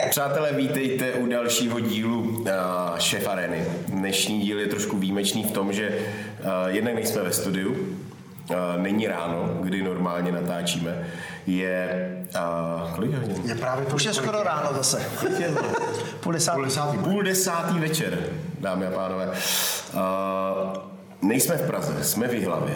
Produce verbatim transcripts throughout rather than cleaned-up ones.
Přátelé, vítejte u dalšího dílu uh, Šéf Arény. Dnešní díl je trošku výjimečný v tom, že uh, jednak nejsme ve studiu, uh, není ráno, kdy normálně natáčíme, je... Uh, kolik hodin? Je právě to, už je skoro ráno zase. Půl desátý. Půl desátý. Půl desátý večer, dámy a pánové. Uh, nejsme v Praze, jsme v Jihlavě.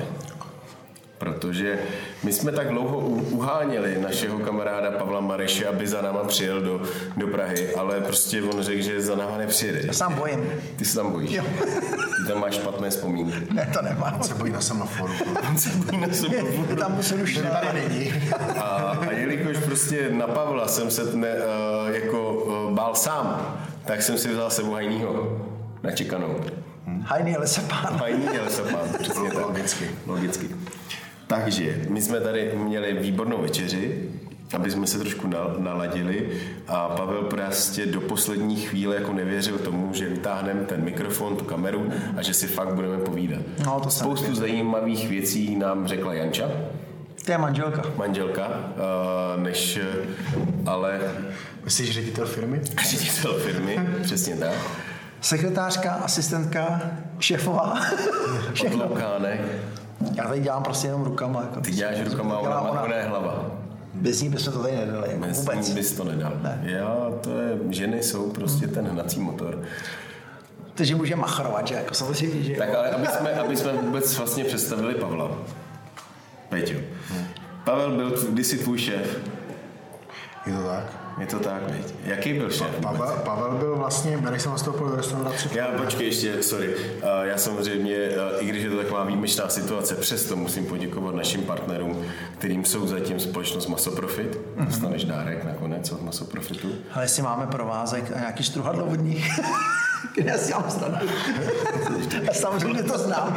Protože my jsme tak dlouho uháněli našeho kamaráda Pavla Mareše, aby za náma přijel do, do Prahy, ale prostě on řekl, že za náma nepřijede. Já sám bojím. Ty se tam bojíš? Jo. Ty tam máš špatné vzpomínky. Ne, to nemám. On se bojí na semaforu. On se bojí na semaforu. Je tam musím už tady není. A, a jelikož prostě na Pavla jsem se ne, uh, jako uh, bál sám, tak jsem si vzal sebou Hajnýho na čekanou. Hajný je lesepán. Hajný je lesepán, přesně tak. Logicky. Logicky. Takže my jsme tady měli výbornou večeři, aby jsme se trošku naladili a Pavel prostě do poslední chvíle jako nevěřil tomu, že vytáhneme ten mikrofon, tu kameru a že si fakt budeme povídat. No, to Spoustu zajímavých věcí nám řekla Janča. To je manželka. Manželka, než ale... Myslíš ředitel firmy? Ředitel firmy, přesně tak. Sekretářka, asistentka, šéfová. Všechno. Odloukánek. Já tady dělám prostě jenom rukama. Jako Ty děláš rukama, ona, ona, ona je hlava. Bez ní bychom to tady nedali. Bez vůbec. ní bys to nedal. Ne. Já, to je, ženy jsou prostě ten hnací motor. Takže může machrovat, že jako samozřejmě, že Tak ale aby jsme, aby jsme vůbec vlastně představili Pavla. Peťo. Hmm. Pavel byl kdysi tvůj šéf. Je to tak? Je to tak, veď. Jaký byl šéf? Pavel, Pavel byl vlastně, když jsem nastoupil do restaurace. Já počkej ještě, sorry. Já samozřejmě, i když je to taková výjimečná situace, přesto musím poděkovat našim partnerům, kterým jsou zatím společnost Masoprofit. Mm-hmm. Dostaneš dárek nakonec od Masoprofitu. Ale jestli máme provázek a nějaký struhadlo od nich, kde já si mám stanu. Já samozřejmě to znám.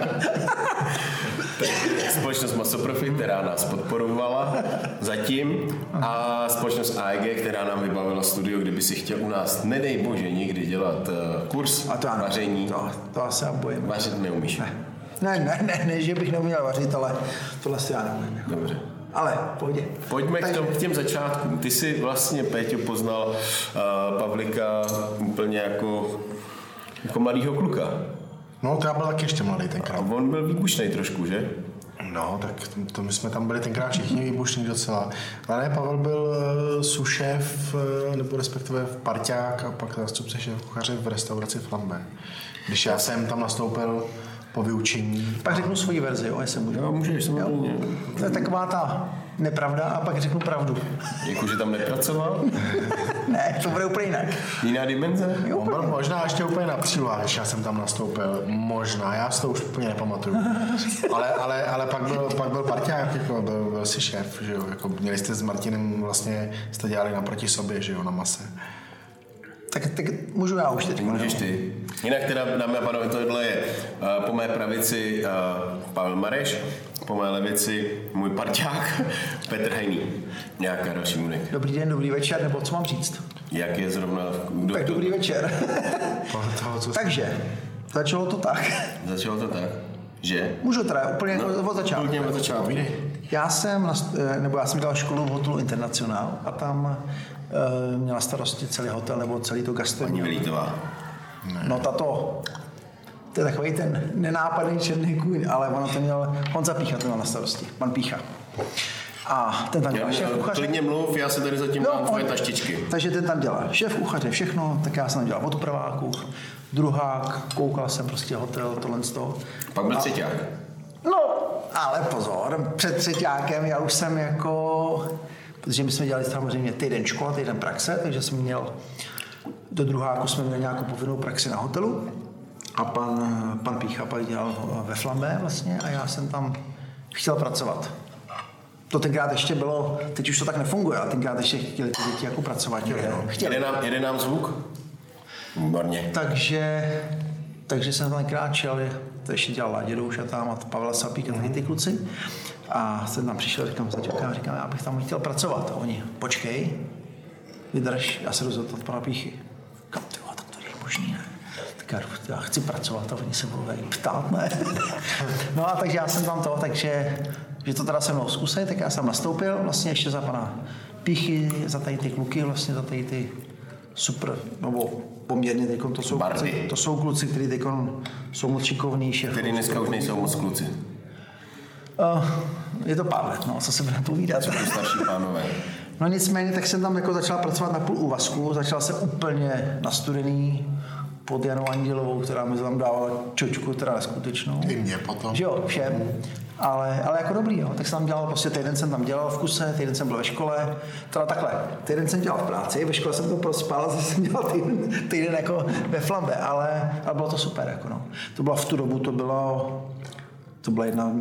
Společnost Masoprofit, která nás podporovala zatím, a společnost A E G, která nám vybavila studio, kdyby si chtěl u nás, nedej bože, někdy dělat uh, kurz a to já vaření. To, to asi já bojím. Vařit neumíš. Ne. Ne, ne, ne, ne, že bych neuměl vařit, ale tohle si já neumím. Dobře. Ale pojď. Pojďme k, tom, k těm začátkům. Ty jsi vlastně, Péťo, poznal uh, Pavlíka úplně jako, jako mladýho kluka. No, to já byl taky ještě mladý tenkrát. A on byl výbušnej trošku, že? No, tak to, to my jsme tam byli tenkrát všichni výbušní docela. Ale ne, Pavel byl uh, sušéf, uh, nebo respektive parťák a pak zástupce šéf kuchaře v restauraci Flambe. Když já jsem tam nastoupil po vyučení. Pak řeknu svoji verzi, jo, jestli můžu. Jo, můžeš, samozřejmě. To je taková ta nepravda a pak řeknu pravdu. Jako, že tam nepracoval? Ne, to bude úplně jinak. Jiná dimenze? Jo, On byl možná ještě úplně na příloha, když já jsem tam nastoupil. Možná, já si to už úplně nepamatuju. Ale, ale, ale pak byl, pak byl parťák, jako byl, byl si šéf, že jo. Jako měli jste s Martinem vlastně, jste dělali naproti sobě, že jo, na mase. Tak, tak můžu já už teď. Můžeš ty. Jinak teda, dámy a pánové, tohle je uh, po mé pravici uh, Pavel Mareš, po mé levici můj parťák Petr Hajný. Nějaká další munek. Dobrý den, dobrý večer, nebo co mám říct? Jak je zrovna... Kdo Tak to... dobrý večer. Toho, co Takže, začalo to tak. Začalo to tak, že? Můžu teda úplně no, od začátku. Úplně od začátku. Já jsem, nebo já jsem dělal školu v hotelu Internacionál a tam uh, měla starosti celý hotel nebo celý to gastronomii. Paní Velítová. No tato, to je takový ten nenápadný černý kůň, ale ono to měl Honza Pícha, to měl na starosti, pan Pícha. A ten tam dělal šéf kuchaře. Klidně mluv, já se tady zatím No, mám tvoje taštičky. Takže ten tam dělal šéf kuchaře, všechno, tak já jsem tam dělal od prváku, druhák, koukal jsem prostě hotel, tohle z toho. Pak byl třeťák. No, ale pozor, před třeťákem já už jsem jako, protože my jsme dělali samozřejmě týden škola, týden praxe, takže jsem měl, do druháku jsme měli nějakou povinnou praxi na hotelu a pan, pan Pícha pak dělal ve Flambe vlastně a já jsem tam chtěl pracovat. To tenkrát ještě bylo, teď už to tak nefunguje, ale tenkrát ještě chtěli ty děti jako pracovat. Jede nám, jede nám zvuk? Výborně. Takže, takže jsem tam tenkrát šel, to ještě dělal Láďa Douša tam a Pavel Sapík a ty kluci. A jsem tam přišel, říkám, začal, říkám, já bych tam chtěl pracovat. A oni, počkej, vydrž, já se rozhodl od pana Píchy. Říkám, tyjo, tak to je možný, ne? Tak já, já chci pracovat a oni se budou ptát, ne? No a takže já jsem tam to, takže že to teda se mnou zkusej, tak já jsem nastoupil vlastně ještě za pana píchy, za tady ty kluky, vlastně za tady ty super, nebo poměrně teďkon to jsou kluci, to jsou kluci, kteří teďkon jsou moc šikovnější. Který dneska už nejsou moc kluci. Uh, je to pár let, no, co se budeme povídat. Co to starší pánové. No nicméně, tak jsem tam jako začal pracovat na půl úvazku, začal jsem úplně nastudený pod Janou Andělovou, která mi tam dávala čočku, teda neskutečnou. I mě potom. Že jo, všem. Ale, ale jako dobrý, jo. Tak jsem tam dělal, prostě týden jsem tam dělal v kuse, týden jsem byl ve škole, teda takhle, týden jsem dělal v práci, ve škole jsem to prospal, zase jsem dělal týden, týden jako ve Flambe, ale, ale bylo to super, jako no. To bylo v tu dobu, to bylo, to byla jedna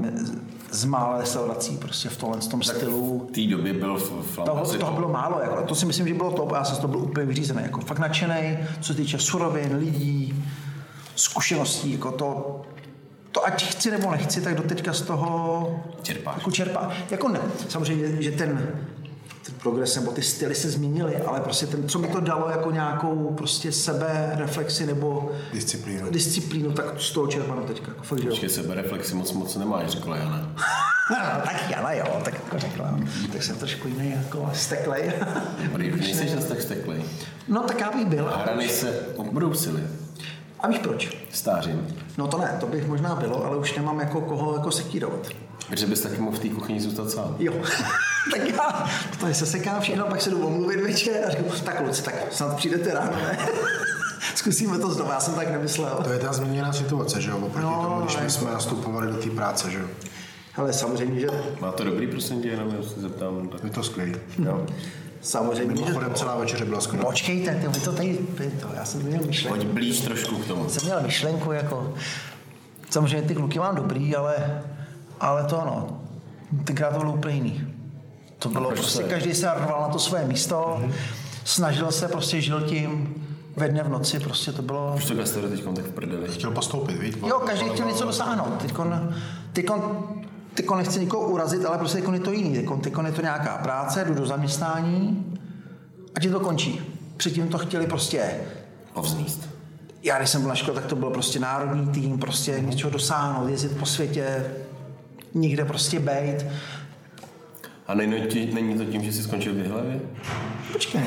z mála restaurací prostě v tomhle tom stylu. V té době byl Flambe. Toho, toho bylo málo, jako, to si myslím, že bylo to, já jsem to byl úplně vyřízený, jako fakt nadšenej, co se týče surovin, lidí, zkušeností, jako to, to ať chci nebo nechci, tak doteďka z toho čerpáš. Jako čerpá. Jako ne, samozřejmě, že ten, ten progres nebo ty styly se změnily, ale prostě ten, co mi to dalo jako nějakou prostě sebereflexi nebo disciplínu, disciplínu tak z toho čerpám teďka. Jako fakt, že jo. Ještě sebereflexi moc moc nemáš, řekla Jana. No, tak Jana jo, tak jako řekla. Tak jsem trošku jiný jako steklej. Nejsi zase tak steklej. No tak já bych byl. A hrany se obrousily. A víš proč? Stářím. No to ne, to bych možná bylo, ale už nemám jako koho jako sekírovat. Protože bys taky mohl v té kuchyni zůstat sám. Jo. Tak já tady se sekám všechno, pak se jdu omluvit večer a řeknu, tak kluci, tak snad přijdete ráno, ne? Zkusíme to znovu, já jsem tak nemyslel. To je ta změněná situace, že jo, oproti no, tomu, když my jsme nastupovali do té práce, že jo. Ale samozřejmě, že... Má to dobrý, prosím tě, jenom já se zeptám. Tak... Je to skvělý. No. Samozřejmě, mimochodem že... celá večeře byla skvělá. Počkejte, ty, vy to tady, to, já jsem měl myšlenku. Pojď blíž trošku k tomu. Jsem měl myšlenku, jako... Samozřejmě ty kluky mám dobrý, ale, ale to ano, tenkrát to bylo úplně jiný. To bylo no, prostě, každý se rval na to své místo, mm-hmm. snažil se, prostě žil tím, ve dne v noci, prostě to bylo... Už to Gastro teďkon tak v prdeli. Chtěl postoupit, víš? Jo, každý chtěl něco dosáhnout. Teďkon, teďkon, teďkon nechci nikoho urazit, ale prostě teďkon je to jiný. Teďkon, teďkon je to nějaká práce, jdu do zaměstnání a ti to končí. Předtím to chtěli prostě... Povzníst. Já, když jsem byl na škole, tak to byl prostě národní tým, prostě něčeho dosáhnout, jezdit po světě, nikde prostě bejt. A není to tím, že jsi skončil v Jihlavě? Počkej.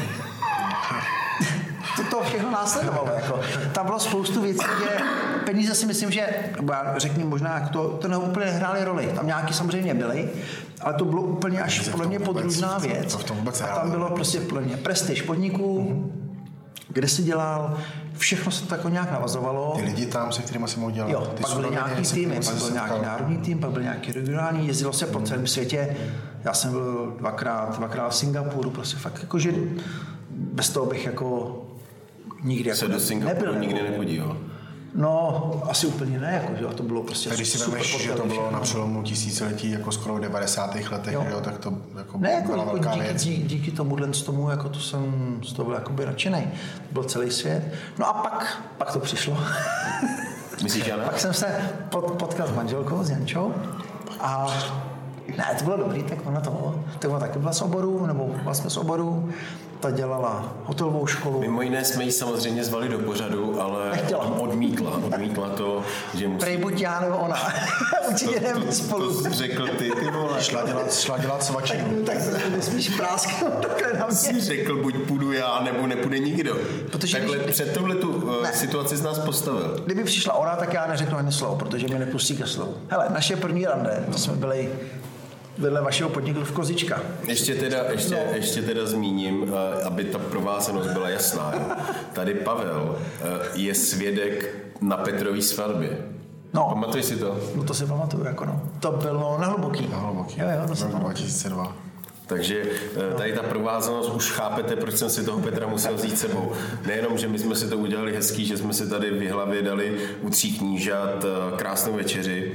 To, to všechno následovalo. Jako. Tam bylo spoustu věcí, kde peníze si myslím, že, řekni možná, jak to, to úplně nehrály roli. Tam nějaký samozřejmě byly, ale to bylo úplně až podle mě podružná věc. A tam bylo prostě podle mě prestiž podniků, mm-hmm. kde si dělal, všechno se to jako nějak navazovalo. Ty lidi tam, se kterými si mohl dělat. Jo, ty pak byly nějaký týmy, pak byl nějaký národní tým, pak byl nějaký regionální, jezdilo se po celém světě. Já jsem byl dvakrát, dvakrát v Singapuru, prostě fakt jakože bez toho bych jako nikdy jako se do Singapuru nebyl, nikdy nepodíval. No, asi úplně ne, jako, že to bylo prostě a když si vemeš, že to bylo na přelomu tisíciletí, jako skoro v devadesátých letech, jo. Jo, tak to jako ne, jako, byla jako velká díky, věc. díky, díky tomuhle tomu, jako to jsem z toho byl jakoby nadšenej. To byl celý svět. No a pak, pak to přišlo. Myslíš, Jana? Pak jsem se pot, potkal s manželkou, s Jančou a ne, to bylo dobrý, tak ona to, tak ona taky byla z oboru, nebo vlastně z oboru. Ta dělala hotelovou školu. Mimo jiné jsme ji samozřejmě zvali do pořadu, ale nechtěla. odmítla. Odmítla to, že musí... Prej buď já nebo ona. Určitě jdeme spolu. To řekl ty, ty vole. Šla dělat, šla dělat svačinu. Tak, tak nesmíš prásknout takhle na mě. Jsi řekl, buď půjdu já, nebo nepůjde nikdo. Protože takhle když... před touhle tu ne. situaci z nás postavil. Kdyby přišla ona, tak já neřeknu ani slovo, protože mě nepustí ke slovu. Hele, naše první rande, to jsme byli vedle vašeho podniku v Kozička. Ještě teda, ještě, no. ještě teda zmíním, aby ta provázanost byla jasná. Jo. Tady Pavel je svědek na Petrový svatbě. No. Pamatuješ si to? No to si pamatuju, jako no. To bylo na Hluboký. Na Hluboký. Jo, jo, to se dva tisíce dva. Takže tady ta provázanost, už chápete, proč jsem si toho Petra musel vzít sebou. Nejenom, že my jsme si to udělali hezký, že jsme si tady v Jihlavě dali u Tří knížat krásnou večeři,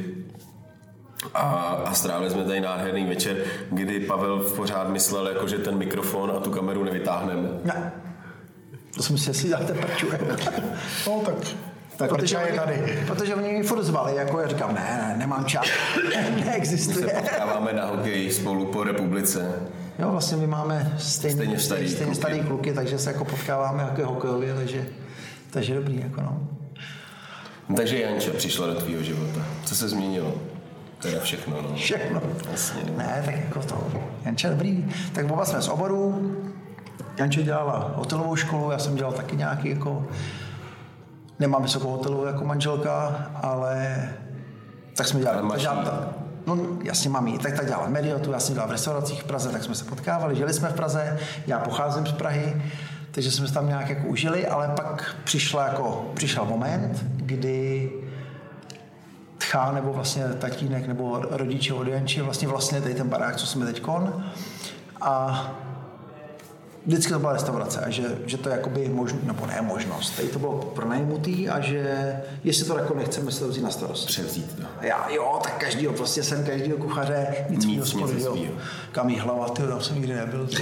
A, a strávili jsme tady nádherný večer, kdy Pavel pořád myslel, jako, že ten mikrofon a tu kameru nevytáhneme. Ne. To jsem si jestli dáte prču. No tak, tak protože je tady. Protože oni mi furt zvali, jako já říkám, ne, ne, nemám čas, neexistuje. My se potkáváme na hokej spolu po republice. Jo, vlastně my máme stejný, stejně starý, stejně kluky. starý kluky, takže se jako potkáváme jako hokejově, takže, takže dobrý, jako no. Takže Janča přišla do tvýho života. Co se změnilo? To je všechno, no. Všechno. Jasně. Ne, tak jako to. Janče, dobrý. Tak oba jsme z oboru. Janče dělala hotelovou školu, já jsem dělal taky nějaký jako... Nemám vysokou hotelovou jako manželka, ale... Tak jsme dělali... Ale máš dělali no jasně, mám jí. Tak tak dělala v Mediotu, já jsem dělal v restauracích v Praze, tak jsme se potkávali, žili jsme v Praze, já pocházím z Prahy, takže jsme se tam nějak jako užili, ale pak přišla jako, přišel moment, kdy tchá nebo vlastně tatínek nebo rodiče od Janči vlastně vlastně tady ten barák, co jsme teďkon. A vždycky to byla restaurace a že, že to je jakoby možnost, nebo ne možnost, tady to bylo pronajmutý a že jestli to jako nechceme se to vzít na starost. Převzít to. Já, jo, tak každýho, prostě jsem každýho kuchaře, nic svýho spolu, jo. Kam jí hlava, tyjo, tam jsem nikdy nebyl, tyjo.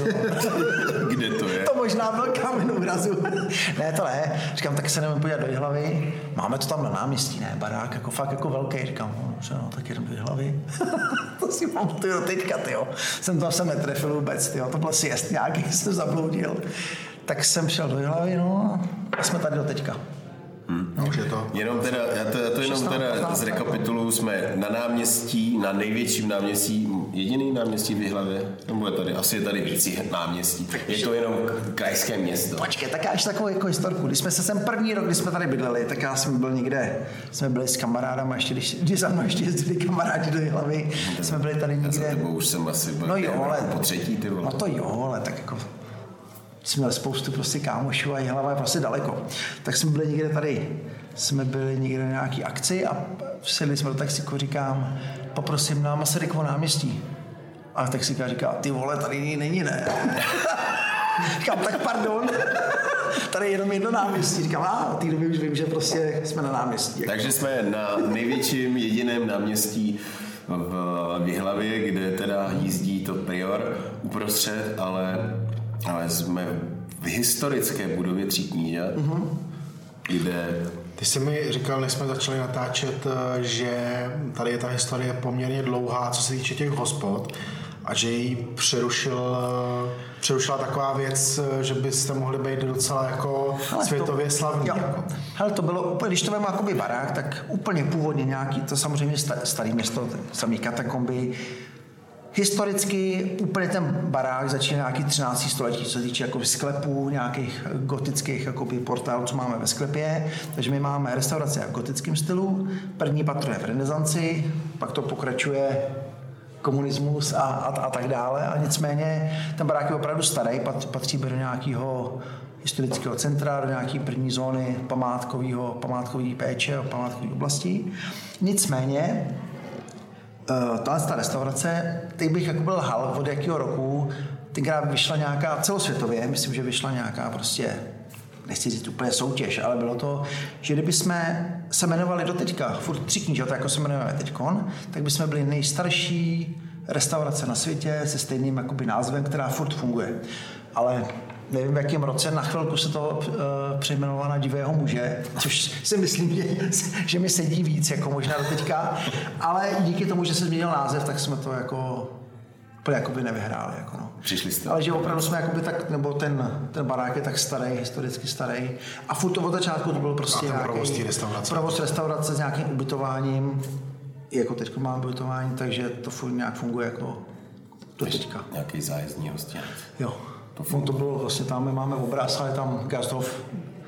Kde to je? To možná byl kámen úrazu. Ne, to ne. Říkám, tak se jdeme podívat do Jihlavy. Máme to tam na náměstí, ne, barák, jako fakt jako velký. Říkám, no, no tak jdeme do Jihlavy. To si pamatuju do teďka, tyjo. Jsem tam jsem netrefil vůbec, tyjo. To byl siest nějaký, jsem zabloudil. Tak jsem šel do Jihlavy, no a jsme tady do teďka. Hmm. No, že to. Jenom teda, já to, já to jenom teda zrekapituluju, jsme na náměstí, na největším náměstí, jediný náměstí v Jihlavě, nebo je tady, asi je tady víc náměstí, je to jenom krajské město. Počkej, tak já ještě takovou jako historku, když jsme se sem první rok, když jsme tady bydleli, tak já jsem byl někde, jsme byli s kamarádama, ještě když, když za mnou ještě jezdili kamarádi do Jihlavy, no, jsme byli tady někde. Já za tebou už jsem asi byl no jo, ale, po třetí, ty vole. No to jo, ale tak jako jsme měli spoustu prostě kámošů a Jihlava je prostě daleko. Tak jsme byli někde tady, jsme byli někde na nějaký akci a vsedli jsme do taxíku, říkám, poprosím na Masarykovo náměstí. A taxíka říká, ty vole, tady není, ne? Říkám, tak pardon, tady je jenom jedno náměstí. Říkám, a v té době už vím, že prostě jsme na náměstí. Takže jsme na největším jediném náměstí v Jihlavě, kde teda jízdí to Prior uprostřed, ale ale jsme v historické budově Tří knížat, mm-hmm. kde... Ty jsi mi říkal, než jsme začali natáčet, že tady je ta historie poměrně dlouhá, co se týče těch hospod, a že ji přerušil, přerušila taková věc, že byste mohli být docela jako hele, světově to, slavní. Jako. Hele, to bylo úplně, když to vemu jakoby barák, tak úplně původně nějaký, to samozřejmě starý město, samý katakomby. Historicky úplně ten barák začíná nějaký třináctý století, co se týče jako sklepů, nějakých gotických jakoby portálů, co máme ve sklepě. Takže my máme restaurace v gotickém stylu, první patro je v renesanci, pak to pokračuje komunismus a, a, a tak dále. A nicméně ten barák je opravdu starý, patří do nějakého historického centra, do nějaké první zóny památkového, památkové péče, památkové oblasti. Nicméně Uh, tahle ta restaurace, teď bych jako byl lhal, od jakého roku, tenkrát vyšla nějaká celosvětově, myslím, že vyšla nějaká prostě, nechci říct úplně soutěž, ale bylo to, že kdyby jsme se jmenovali do teďka, furt Tří knížata, jako se jmenujeme teďkon, tak bychom byli nejstarší restaurace na světě se stejným jakoby názvem, která furt funguje. Ale nevím, v jakém roce, na chvilku se to uh, přejmenovalo na Divého muže, což si myslím, že, že mi sedí víc, jako možná do teďka, ale díky tomu, že se změnil název, tak jsme to jako úplně jakoby nevyhráli. Jako no. Přišli jste. Ale že opravdu jsme jakoby tak, nebo ten, ten barák je tak starý, historicky starý. A furt to od začátku to byl prostě nějaký provoz restaurace. provoz restaurace s nějakým ubytováním, jako teď máme ubytování, takže to furt nějak funguje jako do teďka. Nějaký zájezdní hostinec. Jo. To, to bylo vlastně tam, my máme obraz, ale tam Gasthof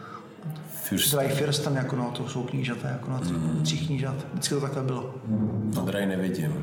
Drei Fürsten, jako no, to jsou knížata, jako na mm. Tří knížat. Vždycky to takhle bylo. No Drei nevidím.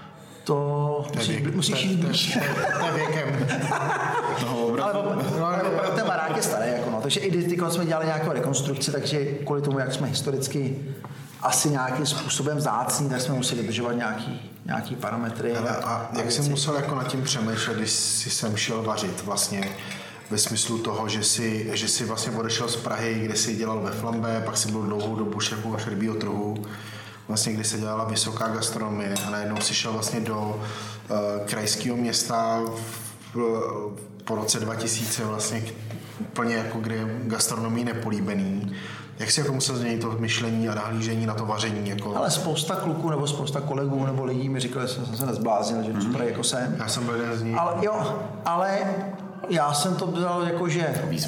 To musíš, musíš jít blíž. To je věkem. Toho obrazu. Ale, ale ten barák je starý, jako no. Takže i když jsme dělali nějakou rekonstrukci, takže kvůli tomu, jak jsme historicky asi nějakým způsobem vzácní, tak jsme museli dodržovat nějaký, nějaký parametry. Ale a, a jak jsi musel jako nad tím přemýšlet, když jsi sem šel vařit vlastně ve smyslu toho, že jsi, že jsi vlastně odešel z Prahy, kde jsi dělal ve Flambé, pak jsi byl dlouhou dobu šéfem rybího trhu, vlastně kdy se dělala vysoká gastronomie a najednou si šel vlastně do uh, krajského města v, v, po roce dva tisíce vlastně úplně jako kde je gastronomii nepolíbený. Jak jsi jako musel změnit to myšlení a nahlížení na to vaření? Jako... Ale spousta kluků nebo spousta kolegů nebo lidí mi říkali, že jsem se nezbláznil, že mm-hmm. super jako jsem. Já jsem byl jeden z nich. Ale jo, ale já jsem to vzal jako, že... Výzvu.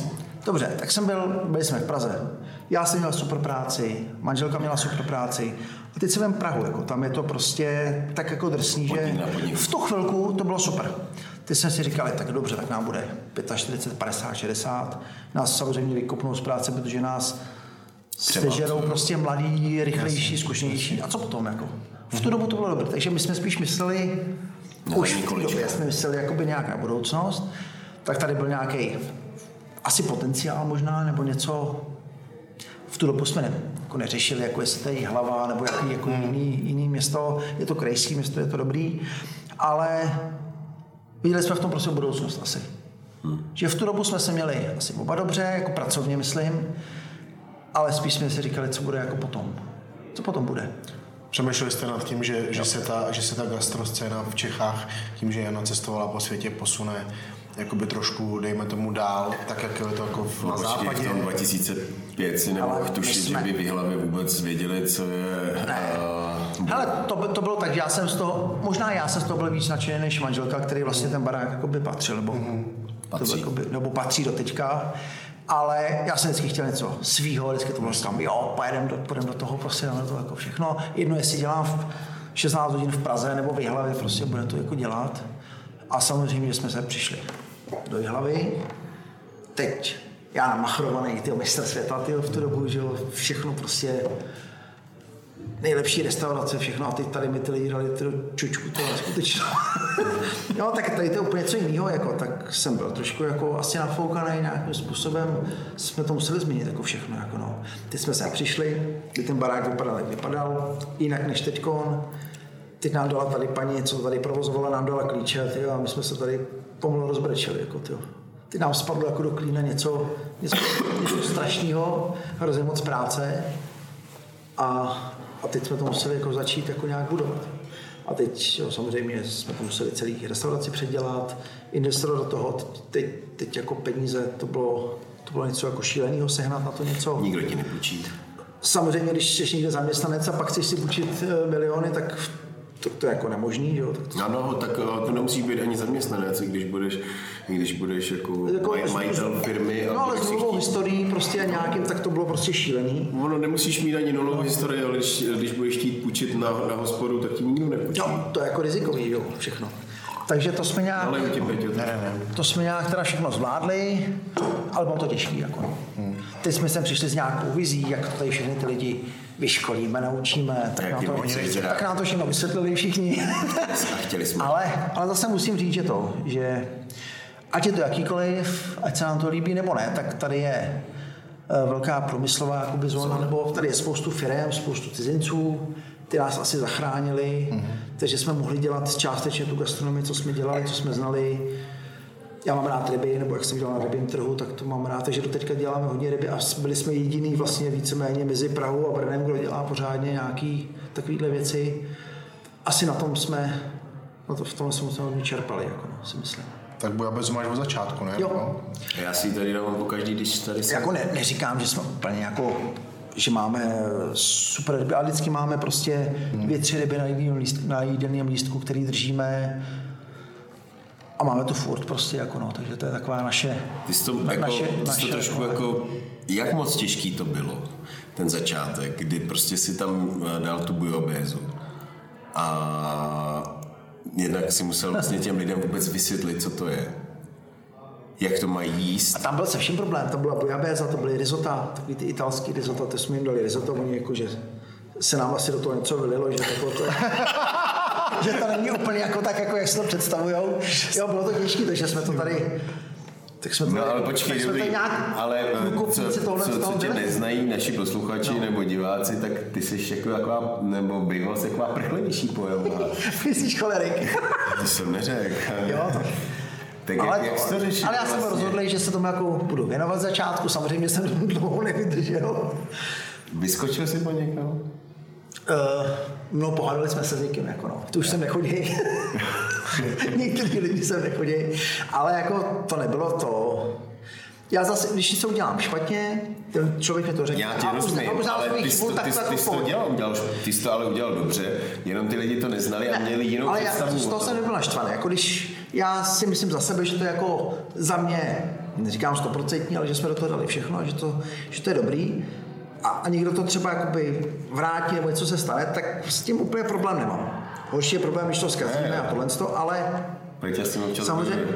dobře, tak jsem byl, byli jsme v Praze. Já jsem měl super práci, manželka měla super práci. A teď jsem vem Prahu, jako, tam je to prostě tak jako drsný, že v tu chvilku to bylo super. Teď jsme si říkali, tak dobře, tak nám bude čtyřicet pět, padesát, šedesát. Nás samozřejmě vykopnou z práce, protože nás sežerou prostě mladí, rychlejší, zkušenější. A co potom? Jako? V tu dobu to bylo dobré, takže my jsme spíš mysleli, no, už v té době jsme mysleli jakoby nějaká budoucnost, tak tady byl nějaký asi potenciál možná, nebo něco. V tu dobu jsme ne, jako neřešili, jako jestli to je Hlava, nebo jaký jako jiný, jiný město. Je to krajský město, je to dobrý, ale viděli jsme v tom prostě budoucnost asi. Hmm. Že v tu dobu jsme se měli asi oba dobře, jako pracovně myslím, ale spíš jsme si říkali, co bude jako potom. Co potom bude. Přemýšleli jste nad tím, že, že, se ta, že se ta gastroscéna v Čechách, tím, že Jana cestovala po světě, posune jakoby trošku, dejme tomu dál, tak jak je to jako v, no, na počkej, západě. v tom dva tisíce pět si nemohl tušit, jsme... že by v Jihlavě vůbec věděli, co je... Uh, Hele, to, to bylo tak, že já jsem z toho, možná já jsem z toho byl víc nadšený než manželka, který vlastně ten barák jakoby patřil, nebo, mm-hmm. patří. Jakoby, nebo patří do teďka. Ale já jsem vždycky chtěl něco svýho, vždycky to bylo tam, jo, pojedem do, pojedem do toho, prostě dáme to jako všechno. Jedno, jestli dělám v šestnáct hodin v Praze nebo v Jihlavě, prostě budeme to jako dělat. A samozřejmě, že jsme se přišli do Jihlavy. Teď já namachrovaný, tyjo, mistr světa, tyjo, v tu dobu, že jo, všechno prostě nejlepší restaurace, všechno, a teď tady mi ty lidi dali tyjo, čučku, to je skutečně. No, tak tady to je úplně něco jiného, jako, tak jsem byl trošku jako asi nafoukaný nějakým způsobem, jsme to museli změnit, jako všechno, jako no. Teď jsme sem přišli, kdy ten barák vypadal, jak vypadal, jinak než teďkon. Teď nám dala tady paní, co tady provozovala, nám dala klíče, tyjo, a my jsme se tady pomalu rozbrečeli, jako tyjo. Teď nám spadlo jako do klína něco, něco, něco strašného, hrozně moc práce a, a teď jsme to museli jako začít jako nějak budovat. A teď jo, samozřejmě jsme to museli celý restauraci předělat, investovat do toho, teď, teď jako peníze, to bylo, to bylo něco jako šíleného sehnat na to něco. Nikdo ti nepůjčí. Samozřejmě, když jsi někde zaměstnanec a pak chceš si půjčit miliony, tak to, to je jako nemožný, jo. Tak to... Ano, tak to nemusí být ani zaměstnanec, když budeš, když budeš jako, jako maj, majitel firmy. No ale s nulovou chtít... historií prostě nějakým, tak to bylo prostě šílený. Ono nemusíš mít ani nulovou historii, ale když, když budeš chtít půjčit na, na hospodu, tak ti nikdo nepůjčí. No, to je jako rizikový, jo, všechno. Takže to jsme nějak, ale tě, Peťo, ne, ne, to jsme nějak teda všechno zvládli, ale bylo to těžký. Jako. Hmm. Teď jsme sem přišli s nějakou vizí, jak to tady všechny ty lidi vyškolíme, naučíme, tak, nám to, tak nám to všechno vysvětlili všichni. Chtěli jsme. ale, ale zase musím říct, že to, že ať je to jakýkoliv, ať se nám to líbí nebo ne, tak tady je velká průmyslová jakoby zóna, nebo tady je spoustu firem, spoustu cizinců, ty nás asi zachránili, mm-hmm. takže jsme mohli dělat částečně tu gastronomii, co jsme dělali, co jsme znali. Já mám rád ryby, nebo jak jsem dělal na rybím trhu, tak to mám rád, takže do teďka děláme hodně ryby a byli jsme jediný vlastně víceméně mezi Prahou a Brnem, kdo dělá pořádně nějaký takovýhle věci. Asi na tom jsme, na to, v tom jsme hodně čerpali, jako no, si myslím. Tak Bujabezu máš od začátku, ne? Jo. Já si tady dávám po každý, když tady jsem. Jako ne, neříkám, že jsme úplně jako, že máme super ryby, ale vždycky máme prostě dvě, tři ryby na jídelném lístku, na jídelném lístku, který držíme a máme to furt prostě jako no, takže to je taková naše... Ty jsi to, na, jako, naše, ty naše to trošku no, jako, jak moc těžký to bylo, ten začátek, kdy prostě si tam dal tu bujobézu a jednak si musel vlastně těm lidem vůbec vysvětlit, co to je. Jak to mají jíst. A tam byl se vším problém, tam byla bujabéza, to byly risota, takový ty italský risota, to jsme jim dali risotto, oni jako, že se nám asi do toho něco vylilo, že takové to, že to není úplně jako tak, jako jak si to představujou. Jo, bylo to těžké, takže jsme to tady... Tak jsme to, no ale počkej, dobrý, ale co, co, co tě neznají naši posluchači no. nebo diváci, tak ty jsi jako taková, nebo býval jsi taková prchlenější pojemná. Myslíš cholerik. To jsem neřekl. Jo, to... Tak ale, jak, jak jsi to řešil? Ale já jsem vlastně rozhodl, že se tomu jako budu věnovat začátku, samozřejmě jsem dlouho nevydržel. Vyskočil jsi po někam? Uh, no, pohádali jsme se s někým, jako no. Tu už jsem nechodí. Někteří lidi sem nechodí. Ale jako to nebylo to. Já zase, když něco udělám špatně, ten člověk mi to řekne. Já ti rozumím, ale ty jsi to, ty, ty jsi to dělal, udělal, ty jsi to ale udělal dobře, jenom ty lidi to neznali ne, a měli jinou ale představu. Ale z toho jsem nebyl naštvaný. Jako když, já si myslím za sebe, že to je jako za mě neříkám stoprocentní, ale že jsme do toho dali všechno, že to, že to je dobrý. A, a někdo to třeba jakoby vrátí nebo něco se stane, tak s tím úplně problém nemám. Horší je problém, když to zkazíme a tohle, ale samozřejmě,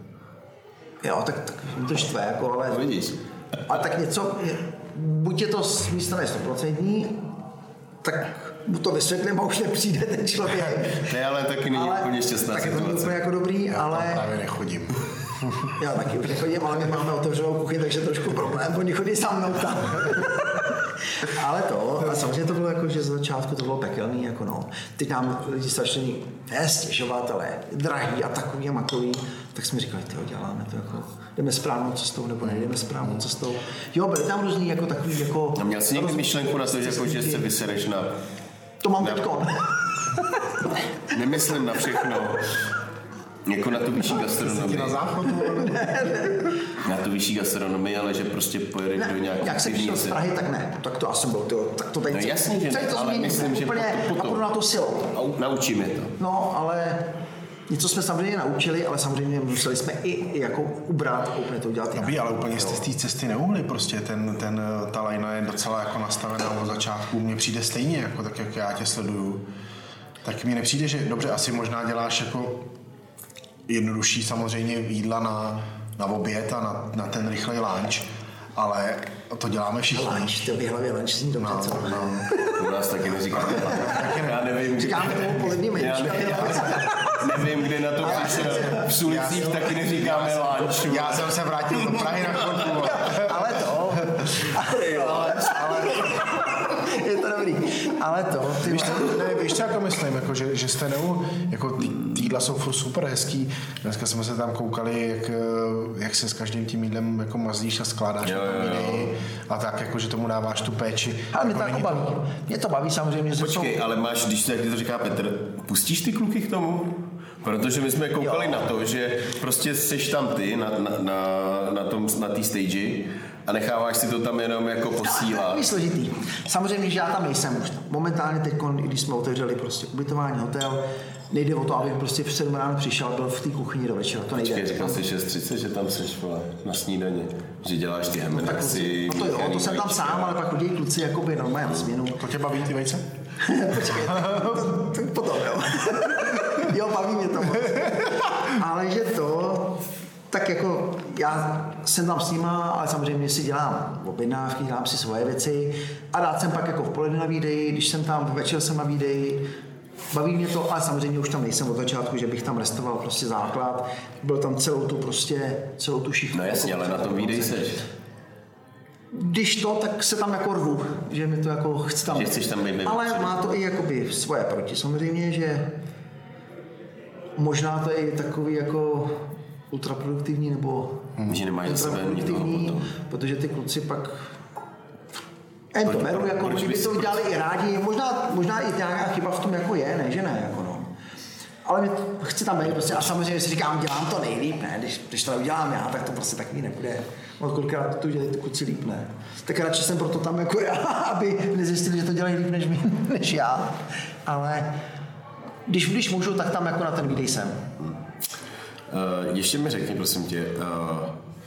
jo, tak, tak to štve, jako, ale... No vidíš. A tak něco, buď je to z mé strany stoprocentní, tak mu to vysvětlím a už nepřijde ten člověk. To je ale taky není úplně šťastná tak situace. Tak je to úplně jako dobrý, já ale... Já právě nechodím. Já taky už nechodím, ale my máme otevřenou kuchyni, takže trošku problém, oni chodí za mnou tam. Ale to, a samozřejmě to bylo jako, že z začátku to bylo pekelný, jako no. Teď nám lidi začali ne stěžovat, ale drahý a takový a makový, tak jsme říkali, tyjo, děláme to jako, jdeme správnou cestou nebo nejdeme správnou cestou. Jo, byly tam různý jako takový jako... A měl jsi někdy myšlenku na to, že, jako, že se vysereš na... To mám na... teďko. Nemyslím na všechno. Jako na tu vyšší gastronomii. Na záchodu? Na tu vyšší gastronomii, ale že prostě pojedeš ne, do nějaké... Jak jsem přišel z Prahy, tak ne. Tak to asi bylo, tyjo, tak to tady... No jasně, že ne, ale myslím, že úplně potom... a půjdu na to silou. Naučíme to. No, ale... Něco jsme samozřejmě naučili, ale samozřejmě museli jsme i, i jako ubrat a úplně to udělat jinak. Ale úplně jste z té cesty neuhli, prostě ten, ten, ta lajna je docela jako nastavená od začátku, mně přijde stejně, jako tak, jak já tě sleduju. Tak mi nepřijde, že dobře, asi možná děláš jako jednodušší samozřejmě jídla na, na oběd a na, na ten rychlej lunch, ale to děláme všichni. Lunch, to by hlavě lunch zní dobře, co? No, no. U nás taky neříkáme. Já nevím. Říkáme tomu polední menší. Já, ne, já nevím, kde na to přišel. V Sulicích taky neříkáme lunch. Já jsem se vrátil do Prahy na chvilku. Ale to. Ale jo, ale, ale je to dobrý. Ale to. Ty víš, to, ne, víš co jako myslím, jako, že, že jste neu, jako ty, ty jídla jsou furt super hezký. Dneska jsme se tam koukali, jak, jak se s každým tím jídlem jako mazlíš a skládáš jo, jo, jo. a tak, jako, že tomu dáváš tu péči. Ale mě jako to baví. To... Mě to baví samozřejmě. Počkej, jsou... ale máš, když to, jak to říká Petr, pustíš ty kluky k tomu? Protože my jsme koukali jo. na to, že prostě seš tam ty na, na, na, na tom, na té stage a necháváš si to tam jenom jako posílat. To je složitý. Samozřejmě, že já tam nejsem už. Momentálně teď, když jsme otevřeli prostě ubytování, hotel, nejde o to, abych prostě v sedm ráno přišel a byl v té kuchyni do večera. To nejde. Počkej, říkal jsi šest třicet, že tam seš vole, na snídani, že děláš ty hemenexy. No to jo, to jsem tam sám, ale pak chodí kluci jakoby normálně na změnu. To tě baví ty vejce? Počkej, to, to, to potom, jo. Jo, baví mě to. Ale že to, tak jako já jsem tam s nima, ale samozřejmě si dělám objednávky, dělám si svoje věci a rád jsem pak jako v poledne na výdeji, když jsem tam, večer jsem na výdeji, baví mě to, ale samozřejmě už tam nejsem od začátku, že bych tam restoval prostě základ, byl tam celou tu prostě, celou tu šichtu. No jasně, ale na tom výdeji seš. Když to, tak se tam jako rvu, že mi to jako chci tam. Že chceš tam být. Ale má to i jakoby svoje proti. Samozřejmě, že možná to je takový jako ultraproduktivní nebo že nemáš za sebe nikoho, protože ty kluci pak jen to beru, jako oni by to dělali i rádi, možná, možná i nějaká chyba v tom jako je, ne, že ne, jako no. Ale mě chci tam být prostě a samozřejmě si říkám, dělám to nejlíp, ne, když, když to neudělám já, tak to prostě takový nebude. No kolikrát to dělají ty kluci líp, ne. Tak radši jsem proto tam jako já, aby nezjistili, že to dělají líp než, my, než já, ale když, když můžu, tak tam jako na ten výdej jsem. Uh, ještě mi řekni, prosím tě, uh,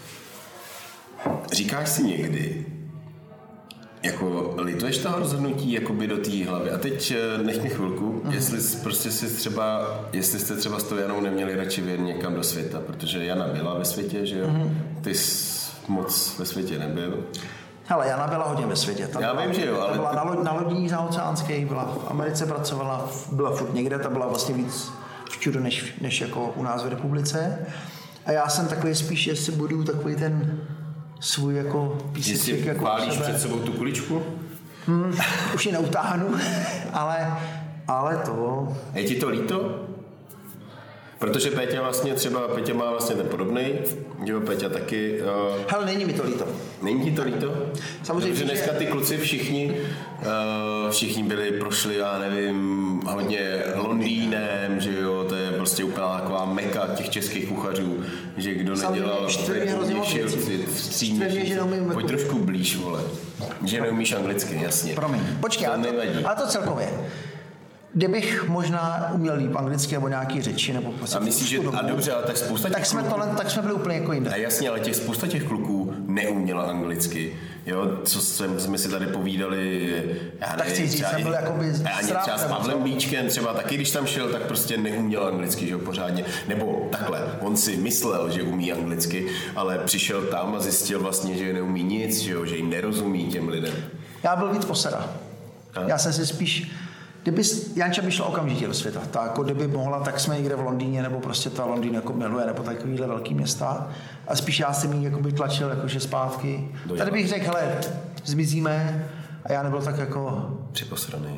říkáš si někdy, jako lituješ toho rozhodnutí jakoby do té hlavy. A teď nech mi chvilku, mm. jestli prostě si třeba, jestli jste třeba s tou Janou neměli radši věr někam do světa, protože Jana byla ve světě, že jo? Mm. Ty jsi moc ve světě nebyl. Hele, Jana byla hodně ve světě. Tam Já byla, vím, že jo, ale... Byla na, lo, na lodní zaoceánské, byla v Americe, pracovala, byla furt někde, ta byla vlastně víc všude, než, než jako u nás v republice. A já jsem takový spíš, jestli budu takový ten svůj jako píseček jako válíš před sebou tu kuličku? Hmm, už ji neutáhnu, ale, ale to... Je ti to líto? Protože Péťa vlastně třeba, Péťa má vlastně ten podobnej, jo, Péťa taky... Uh, Hele, není mi to líto. Není ti to líto? Samozřejmě, protože dneska ty kluci všichni, uh, všichni byli, prošli, já nevím, hodně Londýnem, že jo, to je prostě úplná taková meka těch českých kuchařů, že kdo nedělal... Samozřejmě pojď trošku blíž, vole. Že neumíš anglicky, jasně. Promiň, počkej, ale to, ale to celkově. kdybych možná uměl líp anglicky nebo nějaký řeči, nebo prostě a myslíš, že a dobře, ale tak spousta těch tak jsme, kluků, tohle, tak jsme byli úplně jako jinde. A jasně, ale těch spousta těch kluků neuměla anglicky. Jo, co jsme, jsme si tady povídali, já tak nevím, chci říct, jsem byl jakoby ani třeba s Pavlem Bíčkem, třeba taky, když tam šel, tak prostě neuměl anglicky, že jo, pořádně. Nebo takhle, on si myslel, že umí anglicky, ale přišel tam a zjistil vlastně, že neumí nic, že jo, že jim nerozumí těm lidem. Já byl víc posera. A? Já jsem si spíš, kdyby Janča by šla okamžitě do světa, tak jako kdyby mohla, tak jsme někde v Londýně, nebo prostě ta Londýn jako miluje, nebo takovýhle velký města. A spíš já jsem jí jakoby tlačil jakože zpátky. Dojel. Tady bych řekl, hele, zmizíme a já nebyl tak jako... Připosraný.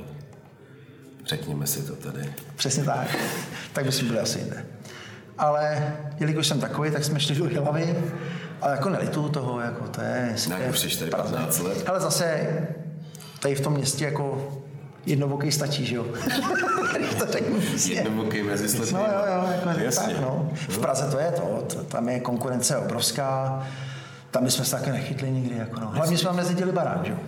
Řekněme si to tady. Přesně tak. Tak bychom byli asi jinde. Ale jelikož jsem takový, tak jsme šli do hlavy. Ale jako nelituju toho, jako to je... Tak už jsi tady patnáct let. Ale zase tady v tom městě jako jednovokej stačí, že jo? To řeknu prostě. Jednovokej mezi slepými. No jo, jo, jako jasně. Tak, no. V Praze to je to, tam je konkurence obrovská, tam bychom se taky nechytli nikdy, jako no. Hlavně jsme tam nezdědili barák, že jo?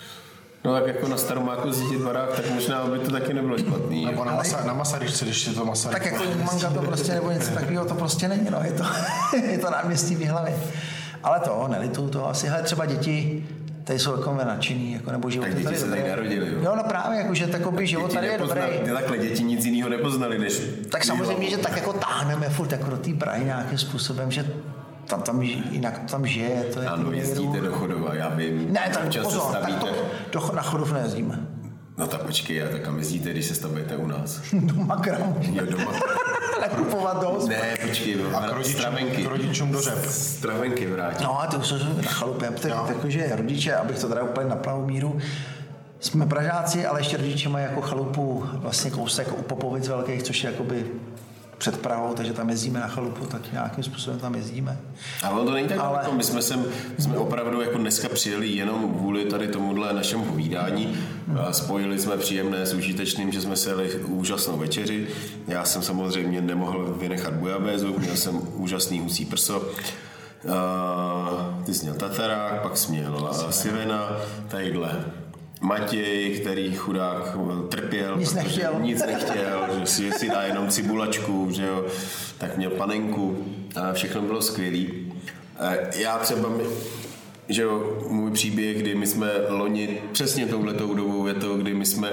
No tak jako na Staromáku zdědit barák, tak možná by to taky nebylo špatný. Nebo na, masa, na Masaryčce, když je to Masaryk. Tak jako manga to prostě nebo něco takového to prostě není, no, je to, je to náměstí v hlavě. Ale to, nelituju to asi, hele, třeba děti, tady jsou jako nadšený, jako nebo život tak děti tady se tady narodili, jo? Jo, no právě, jako, že takový život tady je dobrý. Ty takhle děti nic jiného nepoznali, než... Tak samozřejmě, že tak jako táhneme furt jako do té Prahy nějakým způsobem, že tam, tam jinak tam žije. To je ano, jezdíte do Chodova, já vím. Ne, tak pozor, tak to, do, na Chodov nejezdíme. No tak počkej, a tak kam jezdíte, když se stavujete u nás? Do Makra. Jo, do Makra. Nakupovat do hospody. Ne, počkej, a k rodičům, k rodičům do řep. Stravenky vrátí. No a ty už jsou na chalupě, takže rodiče, abych to teda úplně na pravou míru, jsme Pražáci, ale ještě rodiče mají jako chalupu vlastně kousek u Popovic velkých, což je jakoby před Prahou, takže tam jezdíme na chalupu, tak nějakým způsobem tam jezdíme. Ale to není tak, ale... jako my jsme sem, jsme opravdu jako dneska přijeli jenom kvůli tady tomuhle našemu povídání. A spojili jsme příjemné s užitečným, že jsme si jeli úžasnou večeři. Já jsem samozřejmě nemohl vynechat bujabézu, měl jsem úžasný husí prso. Uh, ty jsi měl tatarák, pak jsi měl sivena, tadyhle Matěj, který chudák trpěl, nic nechtěl, nic nechtěl, že si, si dá jenom cibulačku, že jo, tak měl panenku a všechno bylo skvělý. Já třeba, že jo, můj příběh, kdy my jsme loni, přesně touhletou dobou je to, kdy my jsme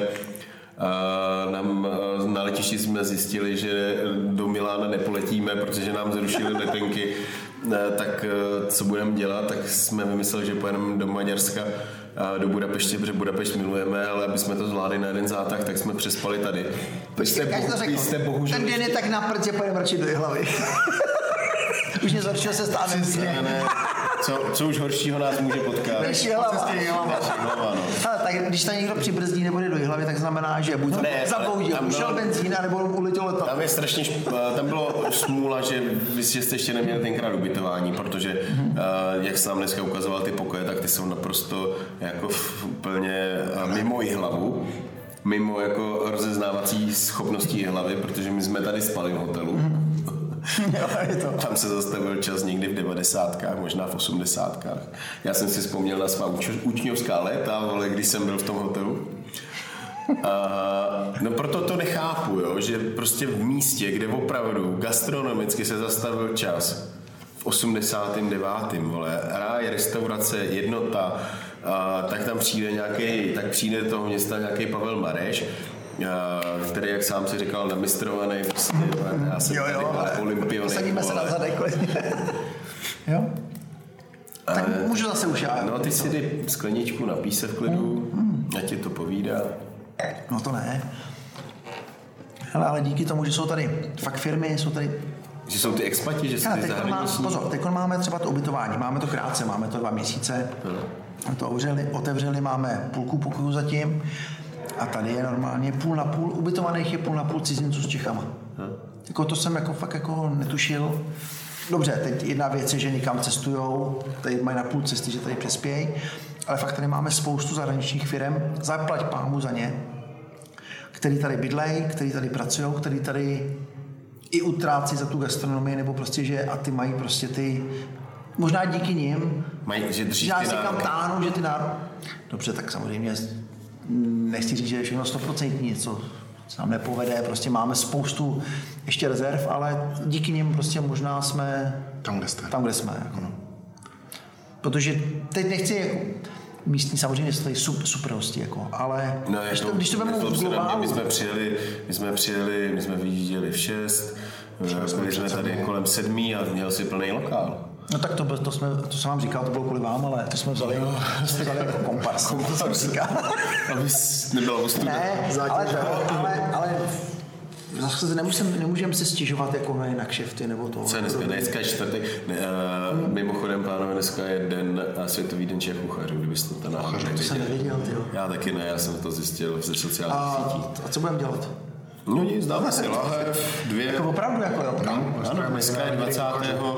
a nám na letišti jsme zjistili, že do Milána nepoletíme, protože nám zrušili letenky, tak co budeme dělat, tak jsme vymysleli, že pojedeme do Maďarska do Budapeště, protože Budapešť milujeme, ale aby jsme to zvládli na jeden zátah, tak jsme přespali tady. Jste, bohu, jste bohužel... Ten den je tak na prd, že pojedeme radši do Jihlavy. Už něco horšího se stane. Ne, ne. Co, co už horšího nás může potkat? Než Jihlava. No. Ale tak když tam někdo přibrzdí nebo jde do Jihlavy, tak znamená, že buď ne, zabloudil, ušel bylo, benzín, nebo uletěl letadlo. Tam je strašně, tam bylo smůla, že vy jste ještě neměli tenkrát ubytování, protože mm-hmm. uh, jak jsem nám dneska ukazoval ty pokoje, tak ty jsou naprosto jako úplně uh, mimo Jihlavu. Mimo jako rozeznávací schopností hlavy, protože my jsme tady spali v hotelu. Mm-hmm. Jo, je to. Tam se zastavil čas někdy v devadesátkách, možná v osmdesátkách. Já jsem si vzpomněl na svá uč- učňovská léta, ale když jsem byl v tom hotelu. A, no proto to nechápu, jo, že prostě v místě, kde opravdu gastronomicky se zastavil čas v osmdesátém devátém vole, ráj, restaurace, jednota, a, tak tam přijde nějaký, tak přijde do toho města nějaký Pavel Mareš, který, jak sám si říkal, namistrovaný, prostě, já jsem jo, jo, tady olympionik. Posadíme se na zadek. Jo? Tak uh, můžu zase už já. No, ty si ty skleničku napij se v klidu, mm. ať ti to povídá. No to ne. Hele, ale díky tomu, že jsou tady fakt firmy, jsou tady... Že jsou ty expati, že jsou ty zahraniční. Má, pozor, teď máme třeba to ubytování, máme to krátce, máme to dva měsíce. Hmm. To otevřeli, otevřeli, máme půlku pokoju zatím. A tady je normálně půl na půl, ubytovaných je půl na půl cizinců s Čechama. Hmm. Jako to jsem jako fakt jako netušil. Dobře, teď jedna věc je, že někam cestujou, tady mají na půl cesty, že tady přespějí, ale fakt tady máme spoustu zahraničních firem, zaplať pámu za ně, který tady bydlejí, který tady pracují, který tady i utrácí za tu gastronomii, nebo prostě, že a ty mají prostě ty, možná díky nim, mají, že drží že já si kam táhnou, že ty nároky. Dobře, tak samozřejmě nechci říct, že je všechno stoprocentní něco, se nám nepovede, prostě máme spoustu ještě rezerv, ale díky nim prostě možná jsme tam, kde jste. Tam, kde jsme. Jako. Hmm. Protože teď nechci jako, místní samozřejmě stojí super hosti, jako, ale no, když to, to, když to vemu v globálu... My jsme přijeli, my jsme přijeli, my jsme vyjížděli v šest, byli jsme tady kolem sedmí a měl si plný lokál. No tak to, to, jsme, to jsem vám říkal, to bylo kvůli vám, ale to jsme vzali, no. to jsme vzali jako kompars. Kompars. Aby nebylo ostuda. Ne, ale, ale, ale zase nemůžeme, nemůžeme se stěžovat jako na kšefty nebo to. Co je dneska? Dneska je čtvrtek. Ne, uh, mimochodem, pánové, dneska je den, uh, Světový den Čech kuchařů, kdybyste to náhodou nevěděli. To jsem nevěděl, tyjo. Já taky ne, já jsem to zjistil ze sociálních a, sítí. A co budeme dělat? No nic, dáme si lahev, dvě. Jako opravdu, jako jo? No, ano, dneska je dvacátého